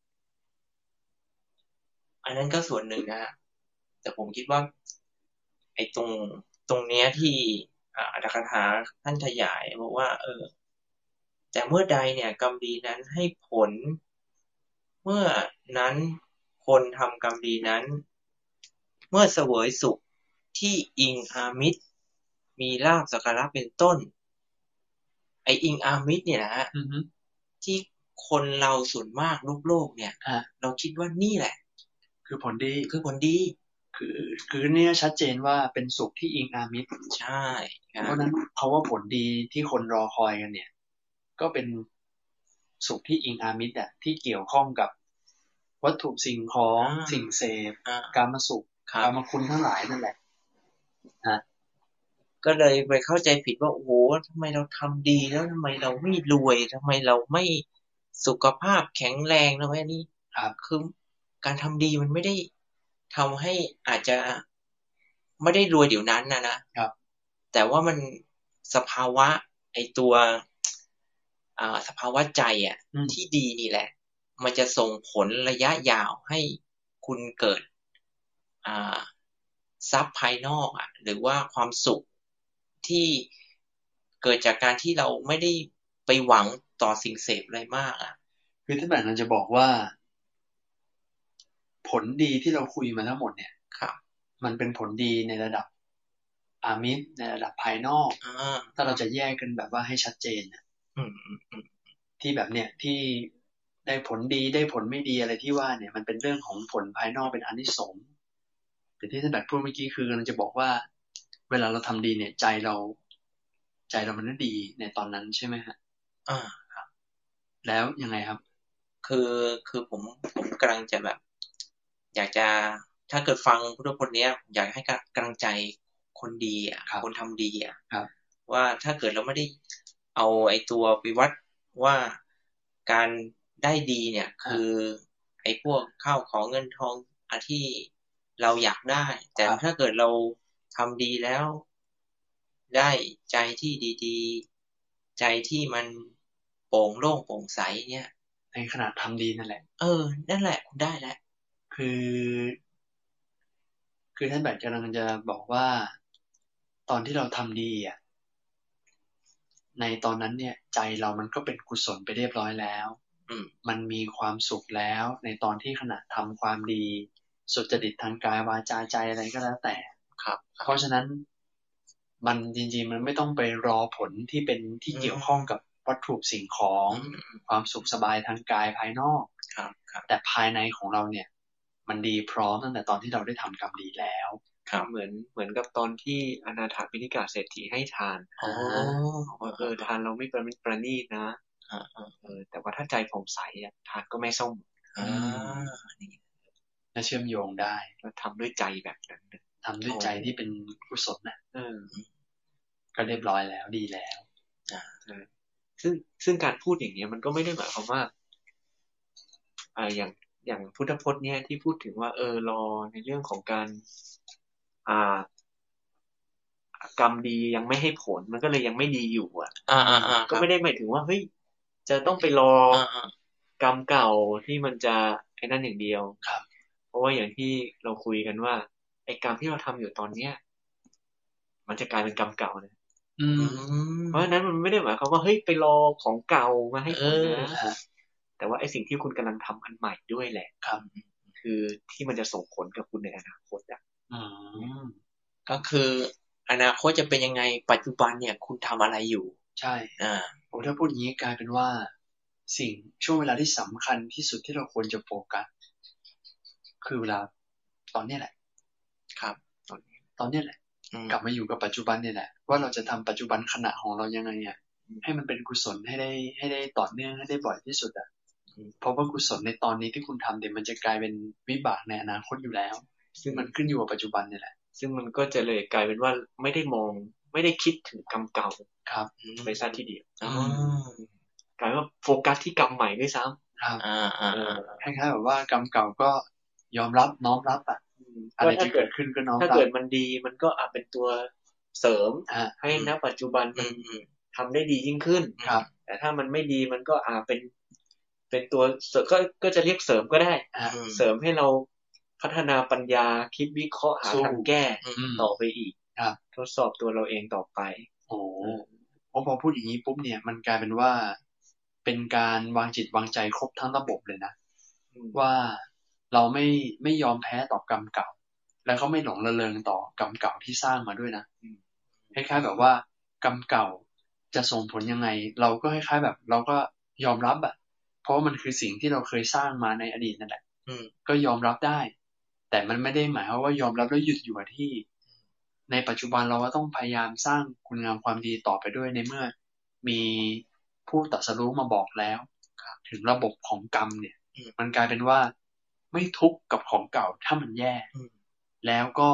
อันนั้นก็ส่วนหนึ่งนะแต่ผมคิดว่าไอ้ตรงตรงเนี้ยที่อัตถกถาท่านขยายบอกว่าเออแต่เมื่อใดเนี่ยกรรมดีนั้นให้ผลเมื่อนั้นคนทำกรรมดีนั้นเมื่อเสวยสุขที่อิงอามิตรมีลาภสักการะเป็นต้นไออิงอามิตรเนี่ยนะฮะที่คนเราส่วนมากโลกโลกเนี่ยเราคิดว่านี่แหละคือผลดีคือผลดีคือคือเนี่ยชัดเจนว่าเป็นสุขที่อิงอามิตรใช่เพราะนั้นเพราะว่าผลดีที่คนรอคอยกันเนี่ยก็เป็นสุขที่อิงอามิตรอ่ะที่เกี่ยวข้องกับวัตถุสิ่งของสิ่งเสพกามสุขกามคุณทั้งหลายนั่นแหละนะก็เลยไปเข้าใจผิดว่าโอ้โหทำไมเราทำดีแล้วทำไมเราไม่รวยทำไมเราไม่สุขภาพแข็งแรงทำไมนี่ครับคือการทำดีมันไม่ได้ทำให้อาจจะไม่ได้รวยเดี๋ยวนั้นนะนะครับแต่ว่ามันสภาวะไอตัวอ่าสภาวะใจอ่ะที่ดีนี่แหละมันจะส่งผลระยะยาวให้คุณเกิดอ่าทรัพย์ภายนอกอ่ะหรือว่าความสุขที่เกิดจากการที่เราไม่ได้ไปหวังต่อสิ่งเสพอะไรมากอ่ะคือท่านแบบนั้นจะบอกว่าผลดีที่เราคุยมาทั้งหมดเนี่ยครับมันเป็นผลดีในระดับอามิตรในระดับภายนอกถ้าเราจะแยกกันแบบว่าให้ชัดเจนนะที่แบบเนี่ยที่ได้ผลดีได้ผลไม่ดีอะไรที่ว่าเนี่ยมันเป็นเรื่องของผลภายนอกเป็นอานิสงส์แต่ที่ท่านแบบพูดเมื่อกี้คือกำลังจะบอกว่าเวลาเราทำดีเนี่ยใจเราใจเรามันดีในตอนนั้นใช่ไหมฮะอ่าครับแล้วยังไงครับคือคือผมผมกำลังจะแบบอยากจะถ้าเกิดฟังพุทธพจน์เนี้ยอยากให้กำลังใจคนดีอ่ะคนทำดีอ่ะว่าถ้าเกิดเราไม่ได้เอาไอ้ตัวไปวัดว่าการได้ดีเนี่ยคือไอ้พวกข้าวของเงินทองอะที่เราอยากได้แต่ถ้าเกิดเราทำดีแล้วได้ใจที่ดีๆใจที่มันโปร่งโล่งโปร่งใสเนี่ยในขณะทำดีนั่นแหละเออนั่นแหละคุณได้แล้วคือคือท่านแบบกำลังจะบอกว่าตอนที่เราทำดีอ่ะในตอนนั้นเนี่ยใจเรามันก็เป็นกุศลไปเรียบร้อยแล้วมันมีความสุขแล้วในตอนที่ขณะทำความดีสุจริตทางกายวาจาใจอะไรก็แล้วแต่ครับเพราะฉะนั้นมันจริงๆมันไม่ต้องไปรอผลที่เป็นที่เกี่ยวข้องกับวัตถุสิ่งของความสุขสบายทางกายภายนอกแต่ภายในของเราเนี่ยมันดีพร้อมตั้งแต่ตอนที่เราได้ทำกรรมดีแล้วเหมือนเหมือนกับตอนที่อนาถปิณกเศรษฐีให้ทานอ๋อว่าเออทานเราไม่ประประณีตนะเออแต่ว่าถ้าใจผ่องใสอ่ะทานก็ไม่ส้มอ่าและเชื่อมโยงได้แล้วทำด้วยใจแบบนั้นทำด้วยใจที่เป็นกุศลนะเออก็เรียบร้อยแล้วดีแล้วอ่าซึ่งซึ่งการพูดอย่างเนี้ยมันก็ไม่ได้หมายความว่าอ่าอย่างอย่างพุทธพจน์เนี่ยที่พูดถึงว่าเออรอในเรื่องของการอ่ากรรมดียังไม่ให้ผลมันก็เลยยังไม่ดีอยู่อ่ะอ่าอ่าอ่าก็ไม่ได้หมายถึงว่าเฮ้ยจะต้องไปรอกรรมเก่าที่มันจะไอ้นั่นอย่างเดียวครับเพราะว่าอย่างที่เราคุยกันว่าไอ้กรรมที่เราทำอยู่ตอนเนี้ยมันจะกลายเป็นกรรมเก่าเลยเพราะฉะนั้นมันไม่ได้หมายความว่าเฮ้ยไปรอของเก่ามาให้ผลนะแต่ว่าไอ้สิ่งที่คุณกำลังทำอันใหม่ด้วยแหละครับคือที่มันจะส่งผลกับคุณในอนาคตอ่ะก็คืออนาคตจะเป็นยังไงปัจจุบันเนี่ยคุณทำอะไรอยู่ใช่อ่าผมถ้าพูดอย่างนี้กลายเป็นว่าสิ่งช่วงเวลาที่สำคัญที่สุดที่เราควรจะโฟกัสคือเวลาตอนนี้แหละครับตอนนี้ตอนนี้แหละกลับมาอยู่กับปัจจุบันเนี่ยแหละว่าเราจะทำปัจจุบันขณะของเรายังไงอ่ะให้มันเป็นกุศลให้ได้ให้ได้ต่อเนื่องให้ได้บ่อยที่สุดอ่ะเพราะว่ากุศลในตอนนี้ที่คุณทำเดี๋ยวมันจะกลายเป็นวิบากในอนาคตอยู่แล้วซึ่งมันขึ้นอยู่กับปัจจุบันเนี่ยแหละซึ่งมันก็จะเลยกลายเป็นว่าไม่ได้มองไม่ได้คิดถึงกรรมเก่าครับไปซะทีเดียวกลายว่าโฟกัสที่กรรมใหม่ด้วยซ้ำครับคล้ายๆแบบว่ากรรมเก่าก็ยอมรับน้อมรับอ่ะอะไรที่เกิดขึ้นก็น้อมรับถ้าเกิดมันดีมันก็อาจเป็นตัวเสริมให้ณปัจจุบันมันทำได้ดียิ่งขึ้นแต่ถ้ามันไม่ดีมันก็อาจเป็นเป็นตัวก็ก็จะเรียกเสริมก็ได้เสริมให้เราพัฒนาปัญญาคิดวิเคราะห์หาทางแก้ต่อไปอีกทดสอบตัวเราเองต่อไปโอ้พอพอพูดอย่างนี้ปุ๊บเนี่ยมันกลายเป็นว่าเป็นการวางจิตวางใจครบทั้งระบบเลยนะว่าเราไม่ไม่ยอมแพ้ต่อกรรมเก่าแล้วก็ไม่หลงระเริงต่อกรรมเก่าที่สร้างมาด้วยนะคล้ายๆแบบว่ากรรมเก่าจะส่งผลยังไงเราก็คล้ายๆแบบเราก็ยอมรับอ่ะเพราะมันคือสิ่งที่เราเคยสร้างมาในอดีตนั่นแหละก็ยอมรับได้แต่มันไม่ได้หมายว่ายอมรับแล้วหยุดอยู่กับที่ในปัจจุบันเราก็ต้องพยายามสร้างคุณงามความดีต่อไปด้วยในเมื่อมีผู้ตรัสรู้มาบอกแล้วถึงระบบของกรรมเนี่ยมันกลายเป็นว่าไม่ทุกข์กับของเก่าถ้ามันแย่แล้วก็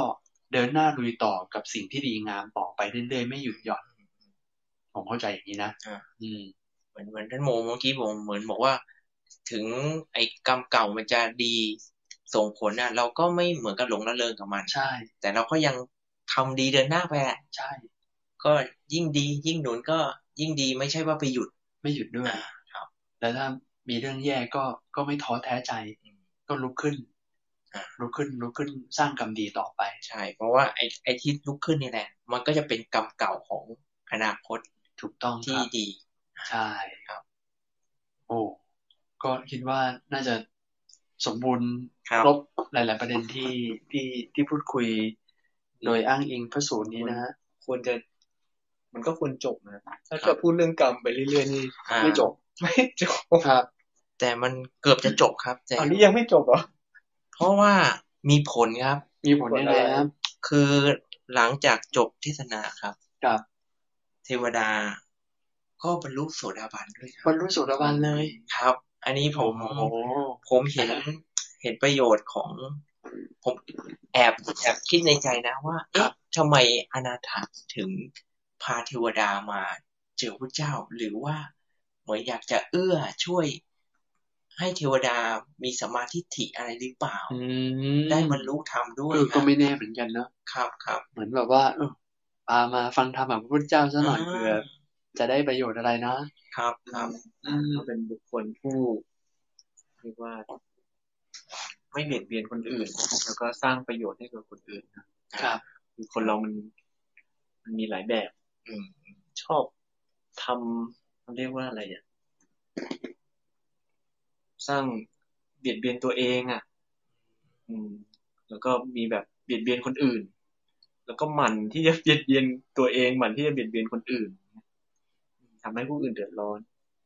เดินหน้าลุยต่อกับสิ่งที่ดีงามต่อไปเรื่อยๆไม่หยุดหย่อนผมเข้าใจอย่างนี้นะอ่าอืมเหมือนเหมือนท่านโมเมื่อกี้ผมเหมือนบอกว่าถึงไอ้กรรมเก่ามันจะดีส่งผลน่ะเราก็ไม่เหมือนกับหลงระเริงกับมันใช่แต่เราก็ยังทำดีเดินหน้าไปแหละใช่ก็ยิ่งดียิ่งหนุนก็ยิ่งดีไม่ใช่ว่าไปหยุดไม่หยุดด้วยครับแล้วถ้ามีเรื่องแย่ก็ก็ไม่ท้อแท้ใจก็ลุกขึ้นลุกขึ้นลุกขึ้นสร้างกรรมดีต่อไปใช่เพราะว่าไอ้ไอ้ที่ลุกขึ้นนี่แหละมันก็จะเป็นกรรมเก่าของอนาคตถูกต้องที่ดีใช่ครับโอ้ก็คิดว่าน่าจะสมบูรณ์ครบหลายๆประเด็นที่ที่ที่พูดคุยโดยอ้างอิงพระสูตรนี้นะฮะควรจะมันก็ควรจบนะถ้าจะพูดเรื่องกรรมไปเรื่อยๆนี่ไม่จบไม่จบครับแต่มันเกือบจะจบครับแต่อันนี้ยังไม่จบเหรอเพราะว่ามีผลครับมีผลยังไงครับคือหลังจากจบเทศนาครับครับเทวดาก็บรรลุโสดาบันด้วยครับบรรลุโสดาบันเลยครับอันนี้ผมผมเห็นเห็นประโยชน์ของผมแอบแอบคิดในใจนะว่าเอ๊ะทำไมอนาถาถึงพาเทวดามาเจอพระเจ้าหรือว่าเหมือนอยากจะเอื้อช่วยให้เทวดามีสมาธิฐิอะไรหรือเปล่าได้บรรลุธรรมด้วยก็ไม่แน่เหมือนกันเนาะครับครับเหมือนแบบว่าเออพามาฟังธรรมของพระพุทธเจ้าซะหน่อยเผื่อจะได้ประโยชน์อะไรนะครับครับเขาเป็นบุคคลผู้เรียกว่าไม่เบียดเบียนคนอื่นแล้วก็สร้างประโยชน์ให้กับคนอื่นครับคือคนเรามันมันมีหลายแบบชอบทำเขาเรียกว่าอะไรอ่ะสร้างเบียดเบียนตัวเองอ่ะอืมแล้วก็มีแบบเบียดเบียนคนอื่นแล้วก็หมั่นที่จะเบียดเบียนตัวเองหมั่นที่จะเบียดเบียนคนอื่นทำให้ผู้อื่นเดือดร้อน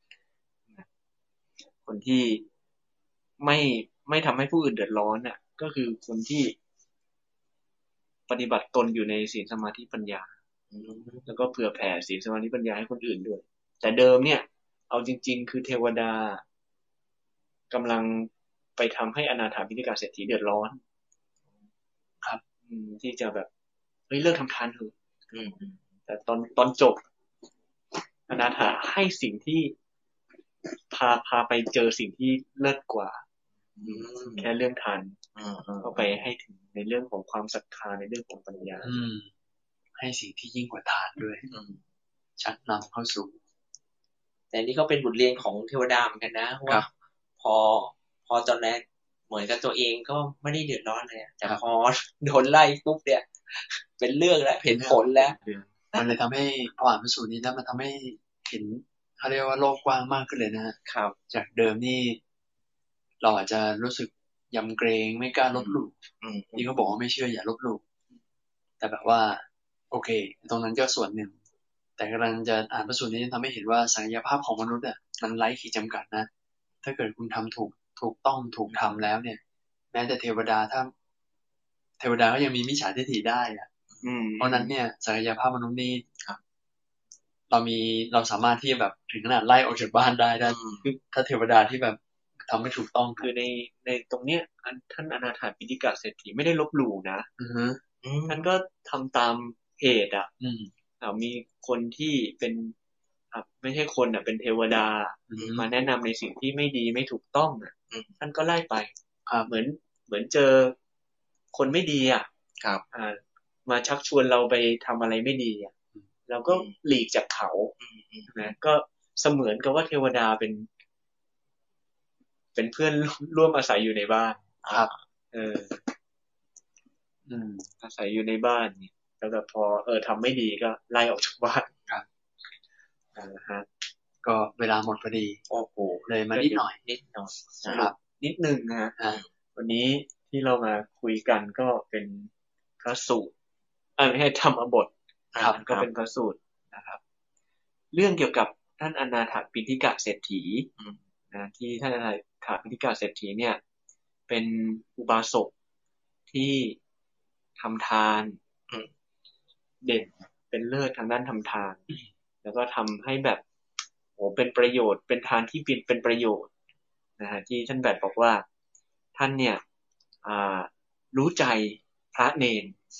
คนที่ไม่ไม่ทำให้ผู้อื่นเดือดร้อนน่ะก็คือคนที่ปฏิบัติตนอยู่ในศีลสมาธิปัญญาแล้วก็เผื่อแผ่ศีลสมาธิปัญญาให้คนอื่นด้วยแต่เดิมเนี่ยเอาจริงๆคือเทวดากำลังไปทำให้อนาถาบิณฑิกาเศรษฐีเดือดร้อนครับที่จะแบบเฮ้ยเลิกทำทานเถอะแต่ตอนตอนจบอนาถาให้สิ่งที่พาพาไปเจอสิ่งที่เลิศกว่าแค่เรื่องทานก็ไปให้ถึงในเรื่องของความศรัทธาในเรื่องของปัญญาให้สิ่งที่ยิ่งกว่าทานด้วยชักนำเข้าสู่แต่นี่ก็เป็นบทเรียนของเทวดาเหมือนกันนะว่าพอพอตอนแรกเหมือนกับตัวเองก็ไม่ได้เดือดร้อนเลยแต่พอโดนไล่ปุ๊บเนี่ยเป็นเรื่องแล้วเห็นผลแล้วมันเลยทำให้พออ่านพระสูตรนี้แล้วมันทำให้เห็นเขาเรียกว่าโลกกว้างมากขึ้นเลยนะครับจากเดิมนี่เราอาจจะรู้สึกยำเกรงไม่กล้าลบหลู่ที่เขาบอกว่าไม่เชื่ออย่าลบหลู่แต่แบบว่าโอเคตรงนั้นก็ส่วนหนึ่งแต่กำลังจะอ่านพระสูตรนี้ทำให้เห็นว่าศักยภาพของมนุษย์อ่ะมันไร้ขีดจำกัดนะถ้าเกิดคุณทำถูกถูกต้องถูกทำแล้วเนี่ยแม้แต่เทวดาถ้าเทวดาก็ยังมีมิจฉาทิฏฐิได้อ่ะเพราะนั้นเนี่ยศักยภาพมนุษย์นี่เรามีเราสามารถที่จะแบบถึงขนาดไล่ออกจากบ้านได้ได้ถ้าเทวดาที่แบบทำไม่ถูกต้องคือในในตรงเนี้ยท่านอนาถาบิณฑิกาเศรษฐีไม่ได้ลบหลู่นะท่านก็ทำตามเหตุอ่ะมีคนที่เป็นไม่ใช่คนอ่ะเป็นเทวดามาแนะนำในสิ่งที่ไม่ดีไม่ถูกต้องอ่ะท่านก็ไล่ไปเหมือนเหมือนเจอคนไม่ดีอ่ะครับมาชักชวนเราไปทำอะไรไม่ดีอ่ะเราก็หลีกจากเขานะก็เสมือนกับว่าเทวดาเป็นเป็นเพื่อนร่วมอาศัยอยู่ในบ้านครับเอออืมอาศัยอยู่ในบ้านเนี่ยแล้วก็พอเออทำไม่ดีก็ไล่ออกจากบ้านครับอ่าฮะก็เวลาหมดพอดีโอ้โหเลยมานิดหน่อยนิดหน่อยครับนิดนึงนะฮะวันนี้ที่เรามาคุยกันก็เป็นพระสูตรอ่าไม่ใช่ธรรมบทครับก็เป็นพระสูตรนะครับเรื่องเกี่ยวกับท่านอนาถบิณฑิกะเศรษฐีนะที่ท่านอนาถบิณฑิกะเศรษฐีเนี่ยเป็นอุบาสกที่ทำทานเด่นเป็นเลิศทางด้านทำทานแล้วก็ทำให้แบบโหเป็นประโยชน์เป็นทานที่เป็นเป็นประโยชน์นะฮะที่ท่านแบบบอกว่าท่านเนี่ยรู้ใจพระเนร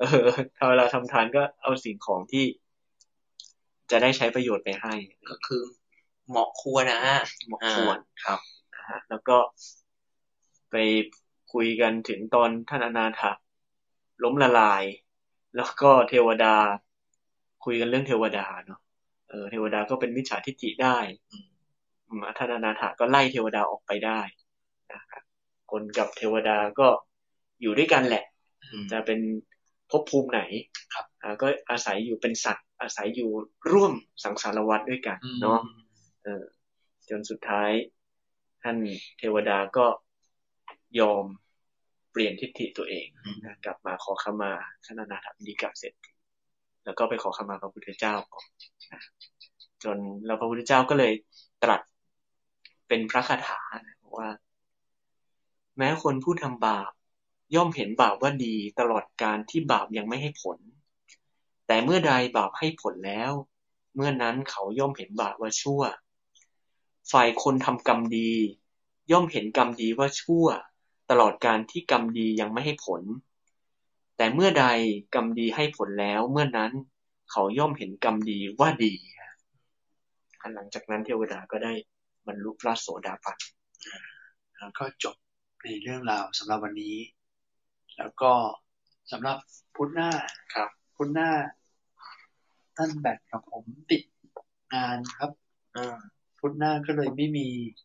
เออถ้าเวลาทำทานก็เอาสิ่งของที่จะได้ใช้ประโยชน์ไปให้ก็คือเหมาะควรนะฮะเหมาะควรครับนะฮะแล้วก็ไปคุยกันถึงตอนท่านอนาถะล้มละลายแล้วก็เทวดาคุยกันเรื่องเทวดาเนาะเออเทวดาก็เป็นมิจฉาทิฏฐิได้ท่านอนาถะก็ไล่เทวดาออกไปได้นะครับคนกับเทวดาก็อยู่ด้วยกันแหละจะเป็นภพภูมิไหนครับก็อาศัยอยู่เป็นสัตว์อาศัยอยู่ร่วมสังสารวัฏด้วยกันเนาะเออจนสุดท้ายท่านเทวดาก็ยอมเปลี่ยนทิฏฐิตัวเองนะกลับมาขอขมาท่านอนาถบิณฑิกะเสร็จแล้วก็ไปขอขมาพระพุทธเจ้าก่อนนะจนแล้วพระพุทธเจ้าก็เลยตรัสเป็นพระคาถานะว่าแม้คนผู้ทำบาปย่อมเห็นบาปว่าดีตลอดการที่บาปยังไม่ให้ผลแต่เมื่อใดบาปให้ผลแล้วเมื่อนั้นเขาย่อมเห็นบาปว่าชั่วฝ่ายคนทำกรรมดีย่อมเห็นกรรมดีว่าชั่วตลอดการที่กรรมดียังไม่ให้ผลแต่เมื่อใดกรรมดีให้ผลแล้วเมื่อนั้นเขาย่อมเห็นกรรมดีว่าดีหลังจากนั้นเทวดาก็ได้บรรลุพระโสดาบันแล้วก็จบในเรื่องราวสำหรับวันนี้แล้วก็สำหรับพุธหน้าครับพุธหน้าท่านแบตกับผมติดงานครับพุธหน้าก็เลยไม่มี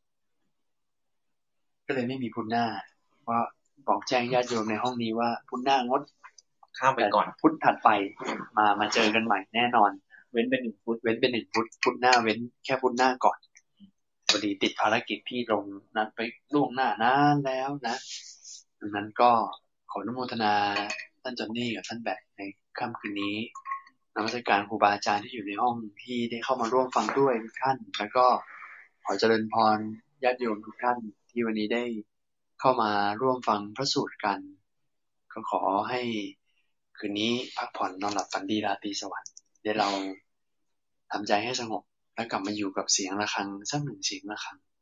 ก็เลยไม่มีพุธหน้าเพราะบอกแจ้งญาติโยมในห้องนี้ว่าพุธหน้างดข้ามไปก่อนพุธถัดไปมามาเจอกันใหม่แน่นอนเว้นเป็นหนึ่งพุธเว้นเป็นหนึ่งพุธพุธหน้าเว้นแค่พุธหน้าก่อนพอดีติดภารกิจที่ลงนัดไปล่วงหน้านานแล้วนะดังนั้นก็ขออนุโมทนาท่านจอนนี่กับท่านแบกในค่ำคืนนี้นมัสการครูบาอาจารย์ที่อยู่ในห้องที่ได้เข้ามาร่วมฟังด้วยทุกท่านแล้วก็ขอเจริญพรญาติโยมทุกท่านที่วันนี้ได้เข้ามาร่วมฟังพระสูตรกันก็ขอให้คืนนี้พักผ่อนนอนหลับฝันดีราตรีสวัสดิ์ได้เราทำใจให้สงบแล้วกลับมาอยู่กับเสียงะระฆังสักหนึ่งเสียงะระฆัง